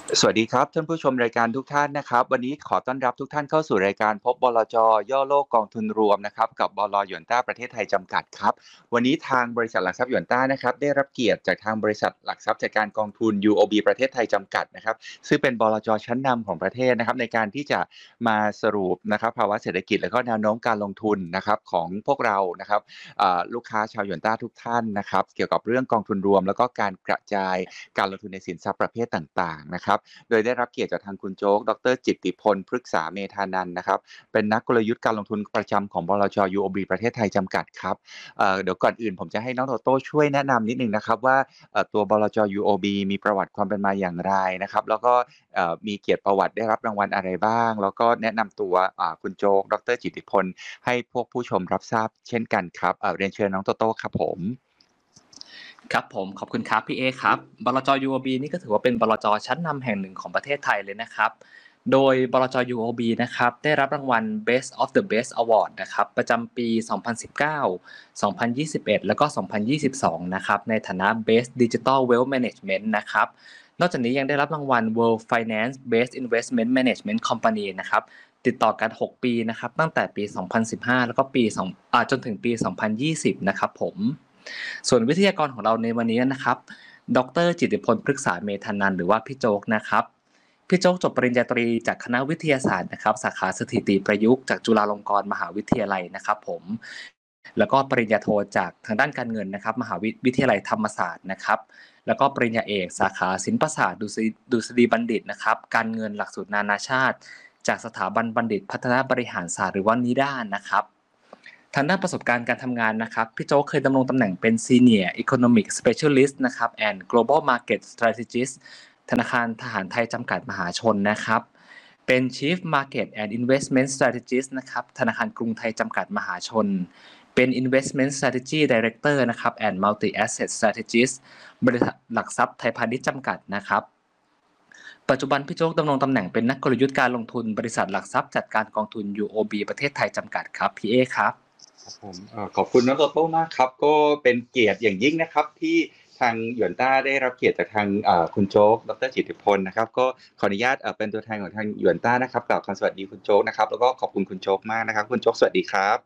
สวัสดีครับท่านผู้ชมรายการทุกท่านนะครับวันนี้ขอต้อนรับทุกท่านเข้าสู่รายการพบบลจย่อโลกกองทุนรวมนะครับกับบลหยวนต้าประเทศไทยจำกัดครับวันนี้ทางบริษัทหลักทรัพย์หยวนต้านะครับได้รับเกียรติจากทางบริษัทหลักทรัพย์จัดการกองทุน UOB ประเทศไทยจำกัดนะครับซึ่งเป็นบลจชั้นนำของประเทศนะครับในการที่จะมาสรุปนะครับภาวะเศรษฐกิจและก็แนวโน้มการลงทุนนะครับของพวกเรานะครับลูกค้าชาวหยวนต้าทุกท่านนะครับเกี่ยวกับเรื่องกองทุนรวมแล้วก็การกระจายการลงทุนในสินทรัพย์ประเภทต่างๆนะครับ โดยได้รับเกียรติจากทางคุณโจ๊กดรจิตติพลพฤกษาเมธานันท์นะครับเป็นนักกลยุทธ์การลงทุนประจำของบลจ UOB ประเทศไทยจำกัดครับเดี๋ยวก่อนอื่นผมจะให้น้องโตโต้ช่วยแนะนำนิดนึงนะครับว่าตัวบลจ UOB มีประวัติความเป็นมาอย่างไรนะครับแล้วก็มีเกียรติประวัติได้รับรางวัลอะไรบ้างแล้วก็แนะนำตัวคุณโจ๊กดรจิตติพลให้พวกผู้ชมรับทราบเช่นกันครับเรียนเชิญน้องโตโต้ครับผมครับผมขอบคุณครับพี่เอครับบลจ UOB นี่ก็ถือว่าเป็นบลจชั้นนำแห่งหนึ่งของประเทศไทยเลยนะครับโดยบลจ UOB นะครับได้รับรางวัล Best of the Best Award นะครับประจำปี 2019 2021 แล้วก็ 2022 นะครับในฐานะ Best Digital Wealth Management นะครับนอกจากนี้ยังได้รับรางวัล World Finance Best Investment Management Company นะครับติดต่อกัน 6 ปีนะครับตั้งแต่ปี 2015 แล้วก็ปีจนถึงปี 2020 นะครับผมส่วนวิทยากรของเราในวันนี้นะครับดรจิตติพลพฤกษาเมธานันท์หรือว่าพี่โจ๊กนะครับพี่โจ๊กจบปริญญาตรีจากคณะวิทยาศาสตร์นะครับสาขาสถิติประยุกต์จากจุฬาลงกรณ์มหาวิทยาลัยนะครับผมแล้วก็ปริญญาโทจากทางด้านการเงินนะครับมหาวิทยาลัยธรรมศาสตร์นะครับแล้วก็ปริญญาเอกสาขาศิลปศาสตร์ดุษฎีบัณฑิตนะครับการเงินหลักสูตรนานาชาติจากสถาบันบัณฑิตพัฒนาบริหารศาสตร์หรือว่านิด้านะครับ ทางด้านประสบการณ์การทำงานนะครับพี่โจ๊กเคยดำรงตำแหน่งเป็น Senior Economic Specialist นะครับ and Global Market Strategist ธนาคารทหารไทยจำกัดมหาชนนะครับเป็น Chief Market and Investment Strategist นะครับธนาคารกรุงไทยจำกัดมหาชนเป็น Investment Strategy Director นะครับ and Multi Asset Strategist บริษัทหลักทรัพย์ไทยพาณิชย์จำกัดนะครับปัจจุบันพี่โจ๊กดำรงตำแหน่งเป็นนักกลยุทธ์การลงทุนบริษัทหลักทรัพย์จัดการกองทุน UOB ประเทศไทยจำกัดครับพี่เอครับครับผมขอบคุณน้องโตโต้มากครับก็เป็นเกียรติอย่างยิ่งนะครับที่ทางหยวนต้าได้รับเกียรติจากทางคุณโจ๊กดรจิตติพลนะครับก็ขออนุญาตเป็นตัวแทนของทางหยวนต้านะครับกล่าวคำสวัสดีคุณโจ๊กนะครับแล้วก็ขอบคุณคุณโจ๊กมากนะครับคุณโจ๊กสวัสดีครับ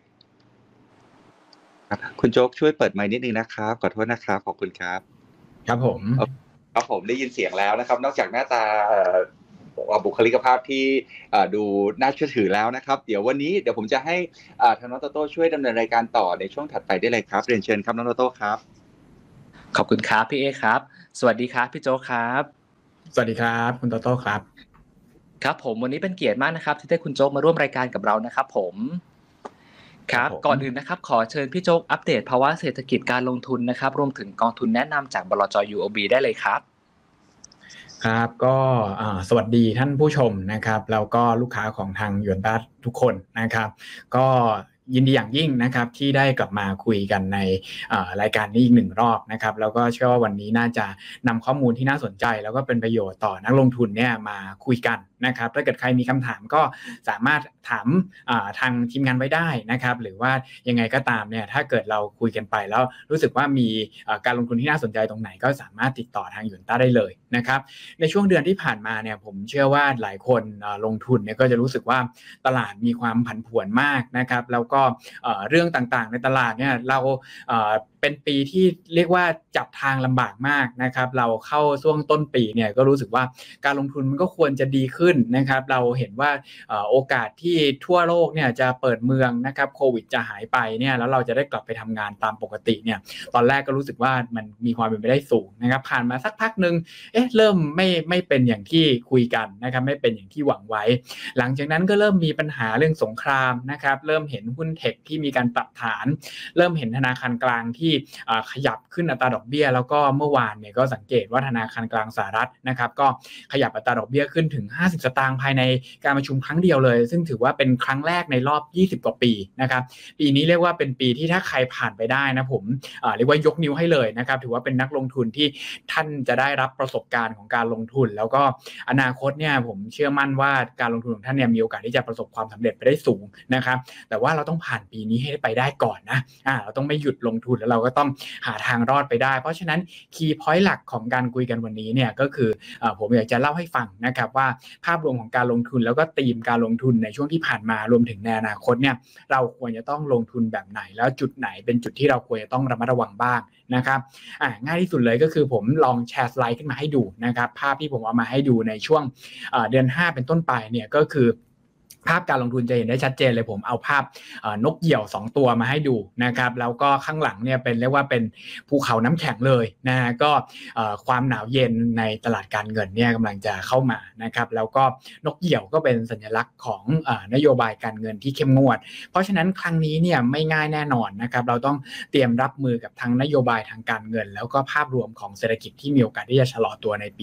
ครับคุณโจ๊กช่วยเปิดไมค์นิดนึงนะครับขอโทษนะครับขอบคุณครับครับผมครับผมได้ยินเสียงแล้วนะครับนอกจากหน้าตาบุคลิกภาพที่ดูน่าเชื่อถือแล้วนะครับเดี๋ยวผมจะให้ทางน้องโตโต้ช่วยดำเนินรายการต่อในช่วงถัดไปได้เลยครับเรียนเชิญครับน้องโตโต้ครับขอบคุณครับพี่เอครับสวัสดีครับพี่โจครับสวัสดีครับคุณโตโต้ครับครับผมวันนี้เป็นเกียรติมากนะครับที่ได้คุณโจ๊กมาร่วมรายการกับเรานะครับผมครับก่อนอื่นนะครับขอเชิญพี่โจ๊กอัปเดตภาวะเศรษฐกิจการลงทุนนะครับรวมถึงกองทุนแนะนำจากบลจ UOB ได้เลยครับครับก็สวัสดีท่านผู้ชมนะครับแล้วก็ลูกค้าของทางหยวนต้าทุกคนนะครับก็ยินดีอย่างยิ่งนะครับที่ได้กลับมาคุยกันในรายการนี้อีกหนึ่งรอบนะครับแล้วก็เชื่อว่าวันนี้น่าจะนำข้อมูลที่น่าสนใจแล้วก็เป็นประโยชน์ต่อนักลงทุนเนี่ยมาคุยกันนะครับถ้าเกิดใครมีคำถามก็สามารถถามทางทีมงานไว้ได้นะครับหรือว่ายังไงก็ตามเนี่ยถ้าเกิดเราคุยกันไปแล้วรู้สึกว่ามีการลงทุนที่น่าสนใจตรงไหนก็สามารถติดต่อทางหยวนต้าได้เลยนะครับในช่วงเดือนที่ผ่านมาเนี่ยผมเชื่อว่าหลายคนลงทุนเนี่ยก็จะรู้สึกว่าตลาดมีความผันผวนมากนะครับแล้วก็เรื่องต่างๆในตลาดเนี่ยเราเป็นปีที่เรียกว่าจับทางลำบากมากนะครับเราเข้าช่วงต้นปีเนี่ยก็รู้สึกว่าการลงทุนมันก็ควรจะดีขึ้นนะครับเราเห็นว่าโอกาสที่ทั่วโลกเนี่ยจะเปิดเมืองนะครับโควิดจะหายไปเนี่ยแล้วเราจะได้กลับไปทำงานตามปกติเนี่ยตอนแรกก็รู้สึกว่ามันมีความเป็นไปได้สูงนะครับผ่านมาสักพักนึงเริ่มไม่เป็นอย่างที่คุยกันนะครับไม่เป็นอย่างที่หวังไว้หลังจากนั้นก็เริ่มมีปัญหาเรื่องสงครามนะครับเริ่มเห็นหุ้นเทคที่มีการปรับฐานเริ่มเห็นธนาคารกลางที่ขยับขึ้นอัตราดอกเบี้ยแล้วก็เมื่อวานเนี่ยก็สังเกตว่าธนาคารกลางสหรัฐนะครับก็ขยับอัตราดอกเบี้ยขึ้นถึง50สตางค์ภายในการประชุมครั้งเดียวเลยซึ่งถือว่าเป็นครั้งแรกในรอบ20กว่าปีนะครับปีนี้เรียกว่าเป็นปีที่ถ้าใครผ่านไปได้นะผมเรียกว่ายกนิ้วให้เลยนะครับถือว่าเป็นนักลงทุนที่ท่านจะได้รับประสบการณ์ของการลงทุนแล้วก็อนาคตเนี่ยผมเชื่อมั่นว่าการลงทุนของท่านเนี่ยมีโอกาสที่จะประสบความสำเร็จไปได้สูงนะครับแต่ว่าเราต้องต้องผ่านปีนี้ให้ไปได้ก่อนนะเราต้องไม่หยุดลงทุนแล้วเราก็ต้องหาทางรอดไปได้เพราะฉะนั้นคีย์พอยต์หลักของการคุยกันวันนี้เนี่ยก็คือผมอยากจะเล่าให้ฟังนะครับว่าภาพรวมของการลงทุนแล้วก็ธีมการลงทุนในช่วงที่ผ่านมารวมถึงในอนาคตเนี่ยเราควรจะต้องลงทุนแบบไหนแล้วจุดไหนเป็นจุดที่เราควรจะต้องระมัดระวังบ้างนะครับง่ายที่สุดเลยก็คือผมลองแชร์สไลด์ขึ้นมาให้ดูนะครับภาพที่ผมเอามาให้ดูในช่วงเดือน5เป็นต้นไปเนี่ยก็คือภาพการลงทุนจะเห็นได้ชัดเจนเลยผมเอาภาพนกเหยี่ยว2ตัวมาให้ดูนะครับแล้วก็ข้างหลังเนี่ยเป็นเรียกว่าเป็นภูเขาน้ำแข็งเลยนะก็ความหนาวเย็นในตลาดการเงินเนี่ยกำลังจะเข้ามานะครับแล้วก็นกเหยี่ยวก็เป็นสัญลักษณ์ของนโยบายการเงินที่เข้มงวดเพราะฉะนั้นครั้งนี้เนี่ยไม่ง่ายแน่นอนนะครับเราต้องเตรียมรับมือกับทั้งนโยบายทางการเงินแล้วก็ภาพรวมของเศรษฐกิจที่มีโอกาสที่จะชะลอตัวในปี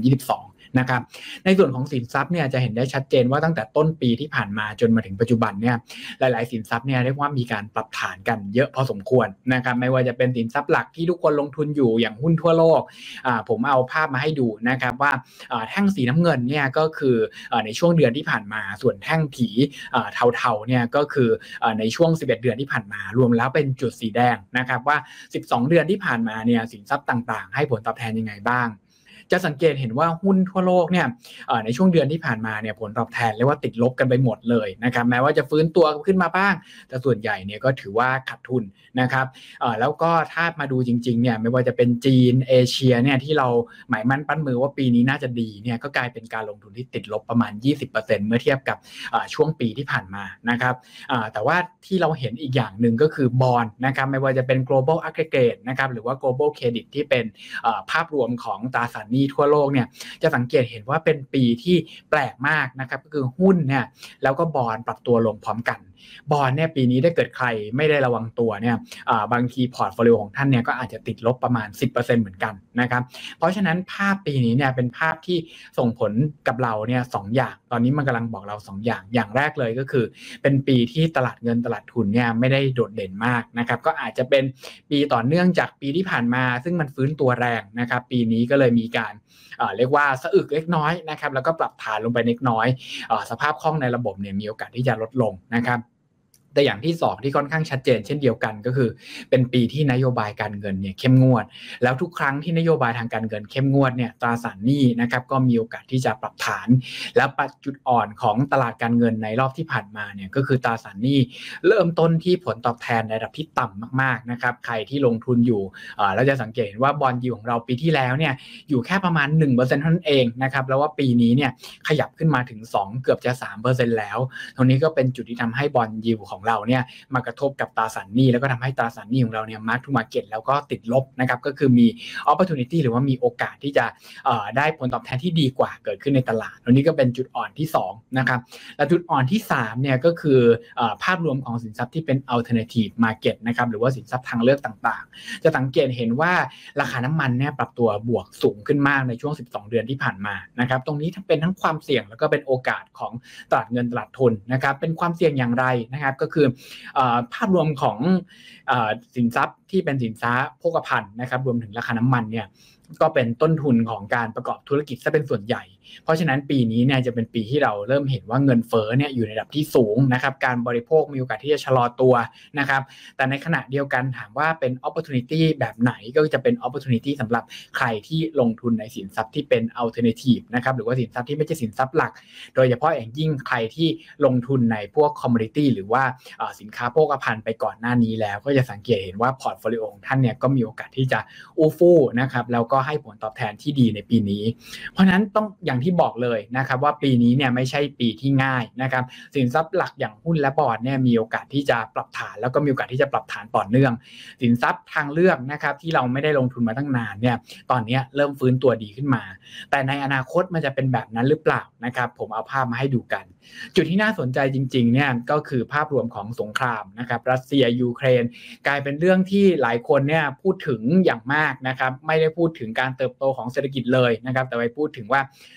2022 นะครับในส่วนของสินทรัพย์เนี่ยจะเห็นได้ชัดเจนว่าตั้งแต่ต้นปีที่ผ่านมาจนมาถึงปัจจุบันเนี่ยหลายๆสินทรัพย์เนี่ยเรียกว่ามีการปรับฐานกันเยอะพอสมควรนะครับไม่ว่าจะเป็นสินทรัพย์หลักที่ทุกคนลงทุนอยู่อย่างหุ้นทั่วโลกผมเอาภาพมาให้ดูนะครับว่าแท่งสีน้ำเงินเนี่ยก็คือในช่วงเดือนที่ผ่านมาส่วนแท่งผีเทาๆเนี่ยก็คือในช่วง11เดือนที่ผ่านมารวมแล้วเป็นจุดสีแดงนะครับว่า12เดือนที่ผ่านมาเนี่ยสินทรัพย์ต่างๆให้ผลตอบแทนยังไงบ้างจะสังเกตเห็นว่าหุ้นทั่วโลกเนี่ยในช่วงเดือนที่ผ่านมาเนี่ยผลตอบแทนเรียกว่าติดลบกันไปหมดเลยนะครับแม้ว่าจะฟื้นตัวขึ้นมาบ้างแต่ส่วนใหญ่เนี่ยก็ถือว่าขาดทุนนะครับแล้วก็ถ้ามาดูจริงๆเนี่ยไม่ว่าจะเป็นจีนเอเชียเนี่ยที่เราหมายมั่นปั้นมือว่าปีนี้น่าจะดีเนี่ยก็กลายเป็นการลงทุนที่ติดลบประมาณ 20% เมื่อเทียบกับช่วงปีที่ผ่านมานะครับแต่ว่าที่เราเห็นอีกอย่างหนึ่งก็คือบอนด์นะครับไม่ว่าจะเป็น global aggregate นะครับหรือว่า global credit ที่เป็นภาพรวมของตราสารหนี้ทั่วโลกเนี่ยจะสังเกตเห็นว่าเป็นปีที่แปลกมากนะครับก็คือหุ้นเนี่ยแล้วก็บอนด์ปรับตัวลงพร้อมกันบอนด์เนี่ยปีนี้ได้เกิดใครไม่ได้ระวังตัวเนี่ยบางทีพอร์ตโฟลิโอของท่านเนี่ยก็อาจจะติดลบประมาณ 10% เหมือนกันนะครับเพราะฉะนั้นภาพปีนี้เนี่ยเป็นภาพที่ส่งผลกับเราเนี่ย2อย่างตอนนี้มันกำลังบอกเรา2อย่างแรกเลยก็คือเป็นปีที่ตลาดเงินตลาดทุนเนี่ยไม่ได้โดดเด่นมากนะครับก็อาจจะเป็นปีต่อเนื่องจากปีที่ผ่านมาซึ่งมันฟื้นตัวแรงนะครับปีนี้ก็เลยมีการเรียกว่าสะอึกเล็กน้อยนะครับแล้วก็ปรับฐานลงไปเล็กน้อยสภาพคล่องในระบบเนี่ยมีโอกาสที่จะลดลงนะครับแต่อย่างที่2ที่ค่อนข้างชัดเจนเช่นเดียวกันก็คือเป็นปีที่นโยบายการเงินเนี่ยเข้มงวดแล้วทุกครั้งที่นโยบายทางการเงินเข้มงวดเนี่ยตราสารหนี้นะครับก็มีโอกาสที่จะปรับฐานแล้วจุดอ่อนของตลาดการเงินในรอบที่ผ่านมาเนี่ยก็คือตราสารหนี้เริ่มต้นที่ผลตอบแทนในระดับที่ต่ำมากๆนะครับใครที่ลงทุนอยู่เราจะสังเกตเห็นว่าบอนด์ยิลด์ของเราปีที่แล้วเนี่ยอยู่แค่ประมาณ 1% เท่านั้นเองนะครับแล้วว่าปีนี้เนี่ยขยับขึ้นมาถึง2เกือบจะ 3% แล้วตรงนี้ก็เป็นจุดที่ทำให้บอนด์ยิลด์ของเราเนี่ยมากระทบกับตราสารหนี้แล้วก็ทำให้ตราสารหนี้ของเราเนี่ย mark to market แล้วก็ติดลบนะครับก็คือมี opportunity หรือว่ามีโอกาสที่จะได้ผลตอบแทนที่ดีกว่าเกิดขึ้นในตลาดตรงนี้ก็เป็นจุดอ่อนที่2นะครับและจุดอ่อนที่3เนี่ยก็คือภาพรวมของสินทรัพย์ที่เป็น alternative market นะครับหรือว่าสินทรัพย์ทางเลือกต่างๆจะสังเกตเห็นว่าราคาน้ำมันเนี่ยปรับตัวบวกสูงขึ้นมากในช่วง12เดือนที่ผ่านมานะครับตรงนี้เป็นทั้งความเสี่ยงแล้วก็เป็นโอกาสของตลาดเงินตลาดทุนนะครับเป็นความเสี่ยงอย่างไรนะครับก็คือภาพรวมของสินทรัพย์ที่เป็นสินทรัพย์โภคภัณฑ์นะครับรวมถึงราคาน้ำมันเนี่ยก็เป็นต้นทุนของการประกอบธุรกิจซะเป็นส่วนใหญ่เพราะฉะนั้นปีนี้เนี่ยจะเป็นปีที่เราเริ่มเห็นว่าเงินเฟ้อเนี่ยอยู่ในระดับที่สูงนะครับการบริโภคมีโอกาสที่จะชะลอตัวนะครับแต่ในขณะเดียวกันถามว่าเป็น opportunity แบบไหนก็จะเป็น opportunity สำหรับใครที่ลงทุนในสินทรัพย์ที่เป็น alternative นะครับหรือว่าสินทรัพย์ที่ไม่ใช่สินทรัพย์หลักโดยเฉพาะอย่างยิ่งใครที่ลงทุนในพวก commodity หรือว่าสินค้าโภคภัณฑ์ไปก่อนหน้านี้แล้วก็จะสังเกตเห็นว่าพอร์ตโฟลิโอของท่านเนี่ยก็มีโอกาสที่จะอู้ฟู่นะครับแล้วก็ให้ผลตอบแทนที่ดีในปีนี้เพราะฉะนั้นต้องอย่างที่บอกเลยนะครับว่าปีนี้เนี่ยไม่ใช่ปีที่ง่ายนะครับสินทรัพย์หลักอย่างหุ้นและบอนด์เนี่ยมีโอกาสที่จะปรับฐานแล้วก็มีโอกาสที่จะปรับฐานต่อเนื่องสินทรัพย์ทางเลือกนะครับที่เราไม่ได้ลงทุนมาตั้งนานเนี่ยตอนนี้เริ่มฟื้นตัวดีขึ้นมาแต่ในอนาคตมันจะเป็นแบบนั้นหรือเปล่านะครับผมเอาภาพมาให้ดูกันจุดที่น่าสนใจจริงๆเนี่ยก็คือภาพรวมของสงครามนะครับรัสเซียยูเครนกลายเป็นเรื่องที่หลายคนเนี่ยพูดถึงอย่างมากนะครับไม่ได้พูดถึงการเติบโตของเศรษฐกิจเลยนะครับแต่ไปพูดถึงว่า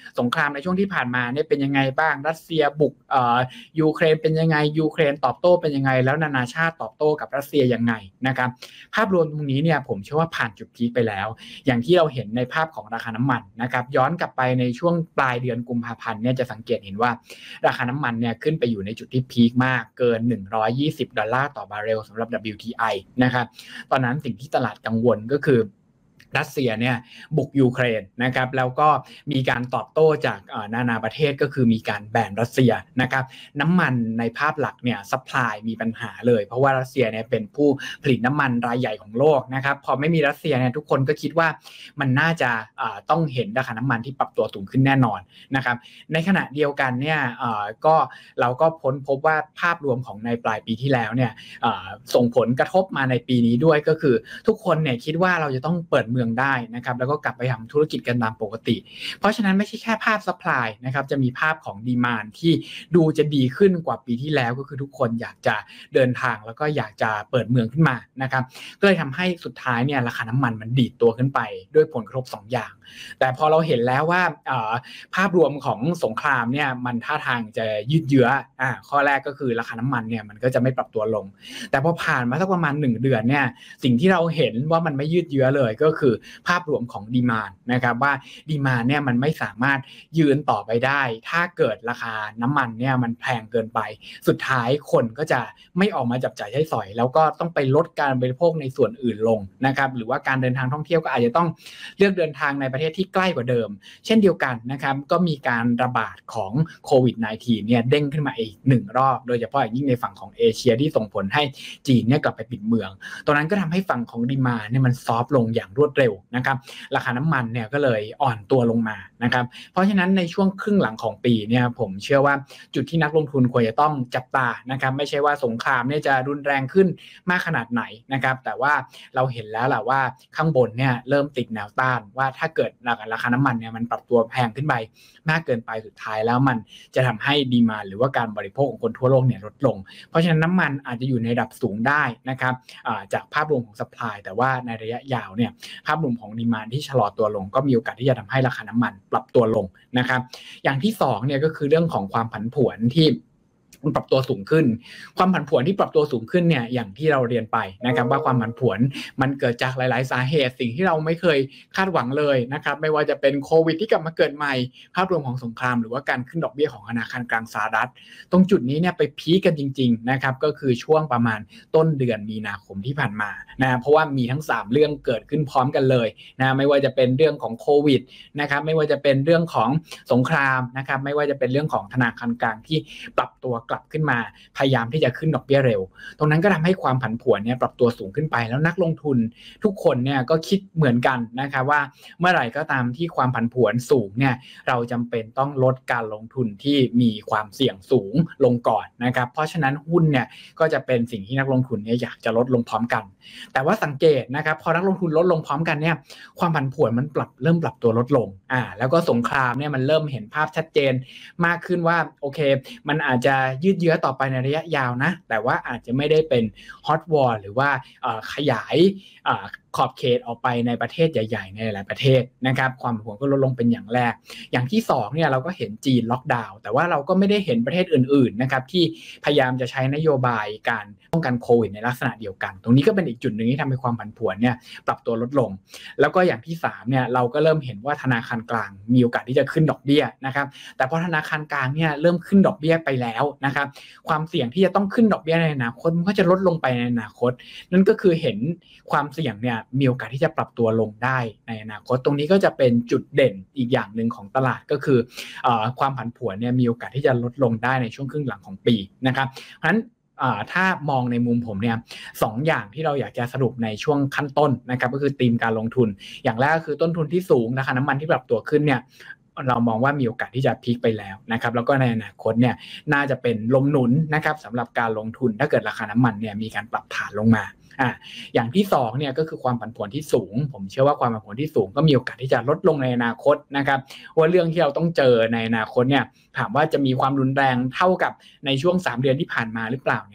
สงครามในช่วงที่ผ่านมาเนี่ยเป็นยังไงบ้างรัสเซียบุกยูเครนเป็นยังไงยูเครนตอบโต้เป็นยังไงแล้วนานาชาติตอบโต้กับรัสเซียยังไงนะครับภาพรวมตรงนี้เนี่ยผมเชื่อว่าผ่านจุดพีคไปแล้วอย่างที่เราเห็นในภาพของราคาน้ำมันนะครับย้อนกลับไปในช่วงปลายเดือนกุมภาพันธ์เนี่ยจะสังเกตเห็นว่าราคาน้ำมันเนี่ยขึ้นไปอยู่ในจุดที่พีคมากเกิน$120ต่อบาร์เรลสำหรับ WTI นะครับตอนนั้นสิ่งที่ตลาดกังวลก็คือรัสเซียเนี่ยบุกยูเครนนะครับแล้วก็มีการตอบโต้จากนานาประเทศก็คือมีการแบนรัสเซียนะครับน้ำมันในภาพหลักเนี่ยซัพพลายมีปัญหาเลยเพราะว่ารัสเซียเนี่ยเป็นผู้ผลิตน้ำมันรายใหญ่ของโลกนะครับพอไม่มีรัสเซียเนี่ยทุกคนก็คิดว่ามันน่าจะต้องเห็นราคาน้ำมันที่ปรับตัวสูงขึ้นแน่นอนนะครับในขณะเดียวกันเนี่ยก็เราก็พบว่าภาพรวมของในปลายปีที่แล้วเนี่ยส่งผลกระทบมาในปีนี้ด้วยก็คือทุกคนเนี่ยคิดว่าเราจะต้องเปิดเมืองได้นะครับแล้วก็กลับไปทำธุรกิจกันตามปกติเพราะฉะนั้นไม่ใช่แค่ภาพซัพพลายนะครับจะมีภาพของดีมานด์ที่ดูจะดีขึ้นกว่าปีที่แล้วก็คือทุกคนอยากจะเดินทางแล้วก็อยากจะเปิดเมืองขึ้นมานะครับก็เลยทำให้สุดท้ายเนี่ยราคาน้ำมันมันดีดตัวขึ้นไปด้วยผลกระทบ2อย่างแต่พอเราเห็นแล้วว่าภาพรวมของสงครามเนี่ยมันท่าทางจะยืดเยื้อข้อแรกก็คือราคาน้ำมันเนี่ยมันก็จะไม่ปรับตัวลงแต่พอผ่านมาสักประมาณ1เดือนเนี่ยสิ่งที่เราเห็นว่ามันไม่ยืดเยื้อเลยก็คือภาพรวมของดีมานด์นะครับว่าดีมานด์เนี่ยมันไม่สามารถยืนต่อไปได้ถ้าเกิดราคาน้ำมันเนี่ยมันแพงเกินไปสุดท้ายคนก็จะไม่ออกมาจับจ่ายใช้สอยแล้วก็ต้องไปลดการบริโภคในส่วนอื่นลงนะครับหรือว่าการเดินทางท่องเที่ยวก็อาจจะต้องเลือกเดินทางในประเทศที่ใกล้กว่าเดิมเช่นเดียวกันนะครับก็มีการระบาดของโควิด -19 เนี่ยเด้งขึ้นมาอีก1รอบโดยเฉพาะอย่างยิ่งในฝั่งของเอเชียที่ส่งผลให้จีนเนี่ยกลับไปปิดเมืองตรงนั้นก็ทำให้ฝั่งของดีมานด์เนี่ยมันซอฟลงอย่างรวดเร็วนะครับราคาน้ำมันเนี่ยก็เลยอ่อนตัวลงมานะครับเพราะฉะนั้นในช่วงครึ่งหลังของปีเนี่ยผมเชื่อว่าจุดที่นักลงทุนควรจะต้องจับตานะครับไม่ใช่ว่าสงครามเนี่ยจะรุนแรงขึ้นมากขนาดไหนนะครับแต่ว่าเราเห็นแล้วแหละว่าข้างบนเนี่ยเริ่มติดแนวต้านว่าถ้าเกิดราคาน้ำมันเนี่ยมันปรับตัวแพงขึ้นไปมากเกินไปสุดท้ายแล้วมันจะทำให้ดีมานด์หรือว่าการบริโภคของคนทั่วโลกเนี่ยลดลงเพราะฉะนั้นน้ำมันอาจจะอยู่ในระดับสูงได้นะครับจากภาพรวมของซัพพลายแต่ว่าในระยะยาวเนี่ยภาพรวมของดีมานด์ที่ชะลอตัวลงก็มีโอกาสที่จะทำให้ราคาน้ำมันปรับตัวลงนะครับอย่างที่2เนี่ยก็คือเรื่องของความผันผวนที่มันปรับตัวสูงขึ้นความผันผวนที่ปรับตัวสูงขึ้นเนี่ยอย่างที่เราเรียนไปนะครับว่าความผันผวนมันเกิดจากหลายๆสาเหตุสิ่งที่เราไม่เคยคาดหวังเลยนะครับไม่ว่าจะเป็นโควิดที่กลับมาเกิดใหม่ภาพรวมของสงครามหรือว่าการขึ้นดอกเบี้ยของธนาคารกลางสหรัฐตรงจุดนี้เนี่ยไปพีคกันจริงๆนะครับก็คือช่วงประมาณต้นเดือนมีนาคมที่ผ่านมานะเพราะว่ามีทั้ง3เรื่องเกิดขึ้นพร้อมกันเลยนะไม่ว่าจะเป็นเรื่องของโควิดนะครับไม่ว่าจะเป็นเรื่องของสงครามนะครับไม่ว่าจะเป็นเรื่องของธนาคารกลางที่ปรับตัวกลับขึ้นมาพยายามที่จะขึ้นดอกเบี้ยเร็วตรงนั้นก็ทำให้ความผันผวนเนี่ยปรับตัวสูงขึ้นไปแล้วนักลงทุนทุกคนเนี่ยก็คิดเหมือนกันนะครับว่าเมื่อไหร่ก็ตามที่ความผันผวนสูงเนี่ยเราจำเป็นต้องลดการลงทุนที่มีความเสี่ยงสูงลงก่อนนะครับเพราะฉะนั้นหุ้นเนี่ยก็จะเป็นสิ่งที่นักลงทุนเนี่ยอยากจะลดลงพร้อมกันแต่ว่าสังเกตนะครับพอนักลงทุนลดลงพร้อมกันเนี่ยความผันผวนมันเริ่มปรับตัวลดลงแล้วก็สงครามเนี่ยมันเริ่มเห็นภาพชัดเจนมากขึ้นว่าโอเคมันอาจจะยืดเยื้อต่อไปในระยะยาวนะแต่ว่าอาจจะไม่ได้เป็นฮอตวอร์หรือว่าขยายขอบเขตออกไปในประเทศใหญ่ๆในหลายประเทศนะครับความผันผวนก็ลดลงเป็นอย่างแรกอย่างที่2เนี่ยเราก็เห็นจีนล็อกดาวน์แต่ว่าเราก็ไม่ได้เห็นประเทศอื่นๆนะครับที่พยายามจะใช้นโยบายการป้องกันโควิดในลักษณะเดียวกันตรงนี้ก็เป็นอีกจุดหนึ่งที่ทำให้ความผันผวนเนี่ยปรับตัวลดลงแล้วก็อย่างที่3เนี่ยเราก็เริ่มเห็นว่าธนาคารกลางมีโอกาสที่จะขึ้นดอกเบี้ยนะครับแต่พอธนาคารกลางเนี่ยเริ่มขึ้นดอกเบี้ยไปแล้วนะครับความเสี่ยงที่จะต้องขึ้นดอกเบี้ยในอนาคตมันก็จะลดลงไปในอนาคตนั่นก็คือเห็นความเสี่ยงเนี่ยมีโอกาสที่จะปรับตัวลงได้ในอนาคตตรงนี้ก็จะเป็นจุดเด่นอีกอย่างหนึ่งของตลาดก็คือความผันผวนเนี่ยมีโอกาสที่จะลดลงได้ในช่วงครึ่งหลังของปีนะครับเพราะฉะนั้นถ้ามองในมุมผมเนี่ย2อย่างที่เราอยากจะสรุปในช่วงขั้นต้นนะครับก็คือธีมการลงทุนอย่างแรกก็คือต้นทุนที่สูงราคาน้ำมันที่ปรับตัวขึ้นเนี่ยเรามองว่ามีโอกาสที่จะพีคไปแล้วนะครับแล้วก็ในอนาคตเนี่ยน่าจะเป็นลมหนุนนะครับสำหรับการลงทุนถ้าเกิดราคาน้ำมันเนี่ยมีการปรับฐานลงมาอย่างที่2เนี่ยก็คือความผันผวนที่สูงผมเชื่อว่าความผันผวนที่สูงก็มีโอกาสที่จะลดลงในอนาคตนะครับว่าเรื่องที่เราต้องเจอในอนาคตเนี่ยถามว่าจะมีความรุนแรงเท่ากับในช่วง3เดือนที่ผ่านมาหรือเปล่าเนี่ยผ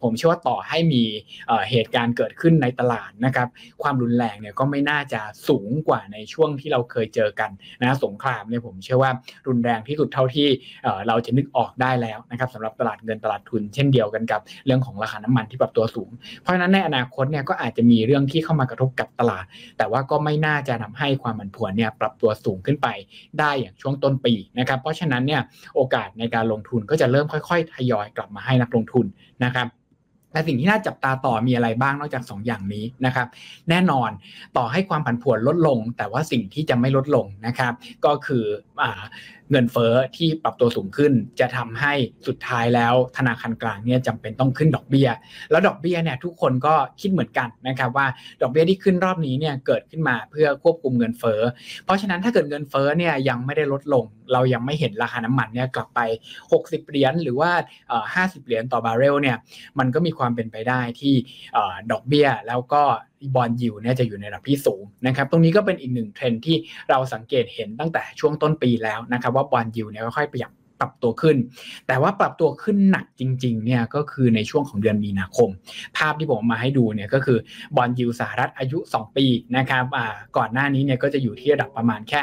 ผมเชื่อว่าต่อให้มีเหตุการณ์เกิดขึ้นในตลาดนะครับความรุนแรงเนี่ยก็ไม่น่าจะสูงกว่าในช่วงที่เราเคยเจอกันนะสงครามเนี่ยผมเชื่อว่ารุนแรงที่สุดเท่าที่เราจะนึกออกได้แล้วนะครับสำหรับตลาดเงินตลาดทุนเช่นเดียวกันกับเรื่องของราคาน้ำมันที่ปรับตัวสูงเพราะฉะนั้นในอนาคตเนี่ยก็อาจจะมีเรื่องที่เข้ามากระทบกับตลาดแต่ว่าก็ไม่น่าจะทำให้ความผันผวนเนี่ยปรับตัวสูงขึ้นไปได้อย่างช่วงต้นปีนะครับเพราะฉะนั้นเนี่ยโอกาสในการลงทุนก็จะเริ่มค่อยๆทยอยกลับมาให้นักลงทุนนะครับแต่สิ่งที่น่าจับตาต่อมีอะไรบ้างนอกจาก2อย่างนี้นะครับแน่นอนต่อให้ความผันผวนลดลงแต่ว่าสิ่งที่จะไม่ลดลงนะครับก็คือเงินเฟ้อที่ปรับตัวสูงขึ้นจะทำให้สุดท้ายแล้วธนาคารกลางเนี่ยจำเป็นต้องขึ้นดอกเบี้ยแล้วดอกเบี้ยเนี่ยทุกคนก็คิดเหมือนกันนะครับว่าดอกเบี้ยที่ขึ้นรอบนี้เนี่ยเกิดขึ้นมาเพื่อควบคุมเงินเฟ้อเพราะฉะนั้นถ้าเกิดเงินเฟ้อเนี่ยยังไม่ได้ลดลงเรายังไม่เห็นราคาน้ำมันเนี่ยกลับไป60เหรียญหรือว่า50เหรียญต่อบาร์เรลเนี่ยมันก็มีความเป็นไปได้ที่ดอกเบี้ยแล้วก็บอนด์ยิลด์เนี่ยจะอยู่ในระดับที่สูงนะครับตรงนี้ก็เป็นอีกหนึ่งเทรนด์ที่เราสังเกตเห็นตั้งแต่ช่วงต้นปีแล้วนะครับว่าบอนด์ยิลด์เนี่ยค่อยๆปรับตัวขึ้นแต่ว่าปรับตัวขึ้นหนักจริงๆเนี่ยก็คือในช่วงของเดือนมีนาคมภาพที่ผมมาให้ดูเนี่ยก็คือบอนด์ยิลด์สหรัฐอายุ2ปีนะครับก่อนหน้านี้เนี่ยก็จะอยู่ที่ระดับประมาณแค่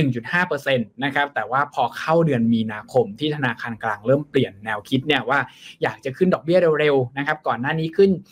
1.5% นะครับแต่ว่าพอเข้าเดือนมีนาคมที่ธนาคารกลางเริ่มเปลี่ยนแนวคิดเนี่ยว่าอยากจะขึ้นดอกเบี้ยเร็วๆนะครับก่อนหน้านี้ขึ้น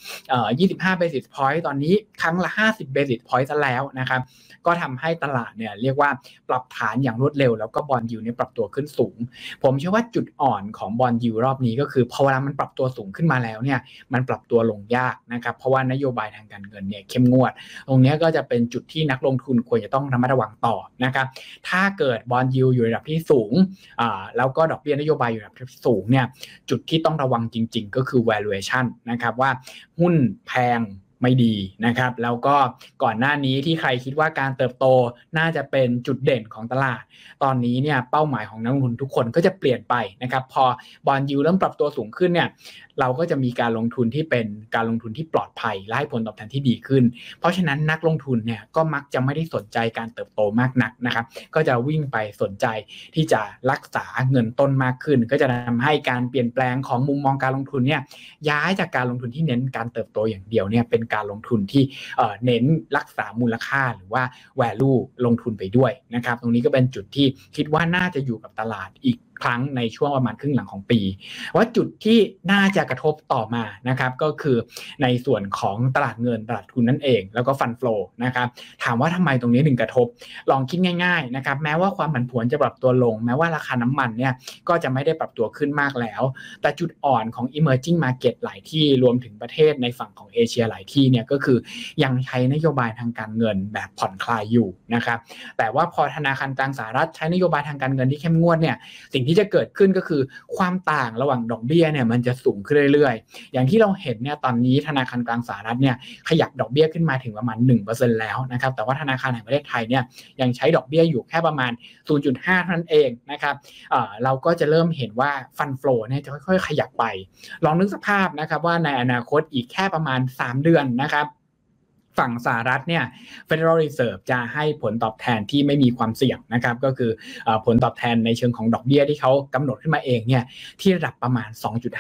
25 basis point ตอนนี้ครั้งละ50 basis point ซะแล้วนะครับก็ทำให้ตลาดเนี่ยเรียกว่าปรับฐานอย่างรวดเร็วแล้วก็บอนด์ยิลด์เนี่ยปรับตัวขึ้นสูงผมเชื่อว่าจุดอ่อนของบอนด์ยิลด์รอบนี้ก็คือพอเวลามันปรับตัวสูงขึ้นมาแล้วเนี่ยมันปรับตัวลงยากนะครับเพราะว่านโยบายทางการเงินเนี่ยเข้มงวดตรงนี้ก็จะเป็นจุดที่นักลงทุนควรจะต้องระมัดระวังต่อนะครับถ้าเกิดบอนด์ยิลด์อยู่ในระดับที่สูงแล้วก็ดอกเบี้ยนโยบายอยู่ในระดับที่สูงเนี่ยจุดที่ต้องระวังจริงๆก็คือ valuation นะครับว่าหุ้นแพงไม่ดีนะครับแล้วก็ก่อนหน้านี้ที่ใครคิดว่าการเติบโตน่าจะเป็นจุดเด่นของตลาดตอนนี้เนี่ยเป้าหมายของนักลงทุนทุกคนก็จะเปลี่ยนไปนะครับพอบอนด์ยิลด์เริ่มปรับตัวสูงขึ้นเนี่ยเราก็จะมีการลงทุนที่เป็นการลงทุนที่ปลอดภัยและให้ผลตอบแทนที่ดีขึ้นเพราะฉะนั้นนักลงทุนเนี่ยก็มักจะไม่ได้สนใจการเติบโตมากนักนะครับก็จะวิ่งไปสนใจที่จะรักษาเงินต้นมากขึ้นก็จะทำให้การเปลี่ยนแปลงของมุมมองการลงทุนเนี่ยย้ายจากการลงทุนที่เน้นการเติบโตอย่างเดียวเนี่ยเป็นการลงทุนที่เน้นรักษามูลค่าหรือว่า value ลงทุนไปด้วยนะครับตรงนี้ก็เป็นจุดที่คิดว่าน่าจะอยู่กับตลาดอีกครั้งในช่วงประมาณครึ่งหลังของปีว่าจุดที่น่าจะกระทบต่อมานะครับก็คือในส่วนของตลาดเงินตลาดทุนนั่นเองแล้วก็ฟันโฟลนะครับถามว่าทำไมตรงนี้ถึงกระทบลองคิดง่ายๆนะครับแม้ว่าความผันผวนจะปรับตัวลงแม้ว่าราคาน้ำมันเนี่ยก็จะไม่ได้ปรับตัวขึ้นมากแล้วแต่จุดอ่อนของ emerging market หลายที่รวมถึงประเทศในฝั่งของเอเชียหลายที่เนี่ยก็คือยังใช้นโยบายทางการเงินแบบผ่อนคลายอยู่นะครับแต่ว่าพอธนาคารกลางสหรัฐใช้นโยบายทางการเงินที่เข้มงวดเนี่ยสิ่งที่จะเกิดขึ้นก็คือความต่างระหว่างดอกเบี้ยเนี่ยมันจะสูงขึ้นเรื่อยๆอย่างที่เราเห็นเนี่ยตอนนี้ธนาคารกลางสหรัฐเนี่ยขยับดอกเบี้ยขึ้นมาถึงประมาณ 1% แล้วนะครับแต่ว่าธนาคารแห่งประเทศไทยเนี่ยยังใช้ดอกเบี้ยอยู่แค่ประมาณ 0.5 เท่านั้นเองนะครับเราก็จะเริ่มเห็นว่าฟันโฟลเนี่ยจะค่อยๆขยับไปลองนึกสภาพนะครับว่าในอนาคตอีกแค่ประมาณ3เดือนนะครับฝั่งสหรัฐเนี่ย Federal Reserve จะให้ผลตอบแทนที่ไม่มีความเสี่ยงนะครับก็คือผลตอบแทนในเชิงของดอกเบี้ยที่เขากำหนดขึ้นมาเองเนี่ยที่ระดับประมาณ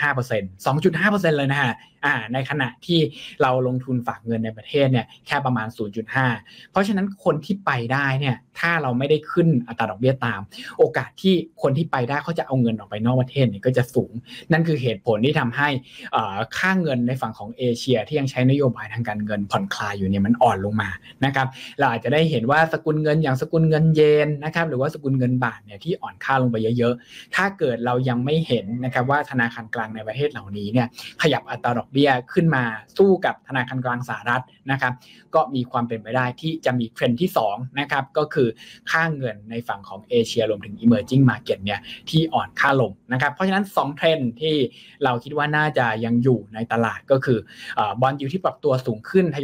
2.5% 2.5% เลยนะฮะในขณะที่เราลงทุนฝากเงินในประเทศเนี่ยแค่ประมาณ 0.5 เพราะฉะนั้นคนที่ไปได้เนี่ยถ้าเราไม่ได้ขึ้นอัตราดอกเบี้ยตามโอกาสที่คนที่ไปได้เขาจะเอาเงินออกไปนอกประเทศเนี่ยก็จะสูงนั่นคือเหตุผลที่ทำให้ค่าเงินในฝั่งของเอเชียที่ยังใช้นโยบายทางการเงินผ่อนคลายอยู่เนี่ยมันอ่อนลงมานะครับเราอาจจะได้เห็นว่าสกุลเงินอย่างสกุลเงินเยนนะครับหรือว่าสกุลเงินบาทเนี่ยที่อ่อนค่าลงไปเยอะๆถ้าเกิดเรายังไม่เห็นนะครับว่าธนาคารกลางในประเทศเหล่านี้เนี่ยขยับอัตราดอกเบี้ยขึ้นมาสู้กับธนาคารกลางสหรัฐนะครับก็มีความเป็นไปได้ที่จะมีเทรนด์ที่2นะครับก็คือค่าเงินในฝั่งของเอเชียรวมถึง emerging market เนี่ยที่อ่อนค่าลงนะครับเพราะฉะนั้น2เทรนด์ที่เราคิดว่าน่าจะยังอยู่ในตลาดก็คือบอนด์ยิลด์ที่ปรับตัวสูงขึ้นทยอยปรับตัว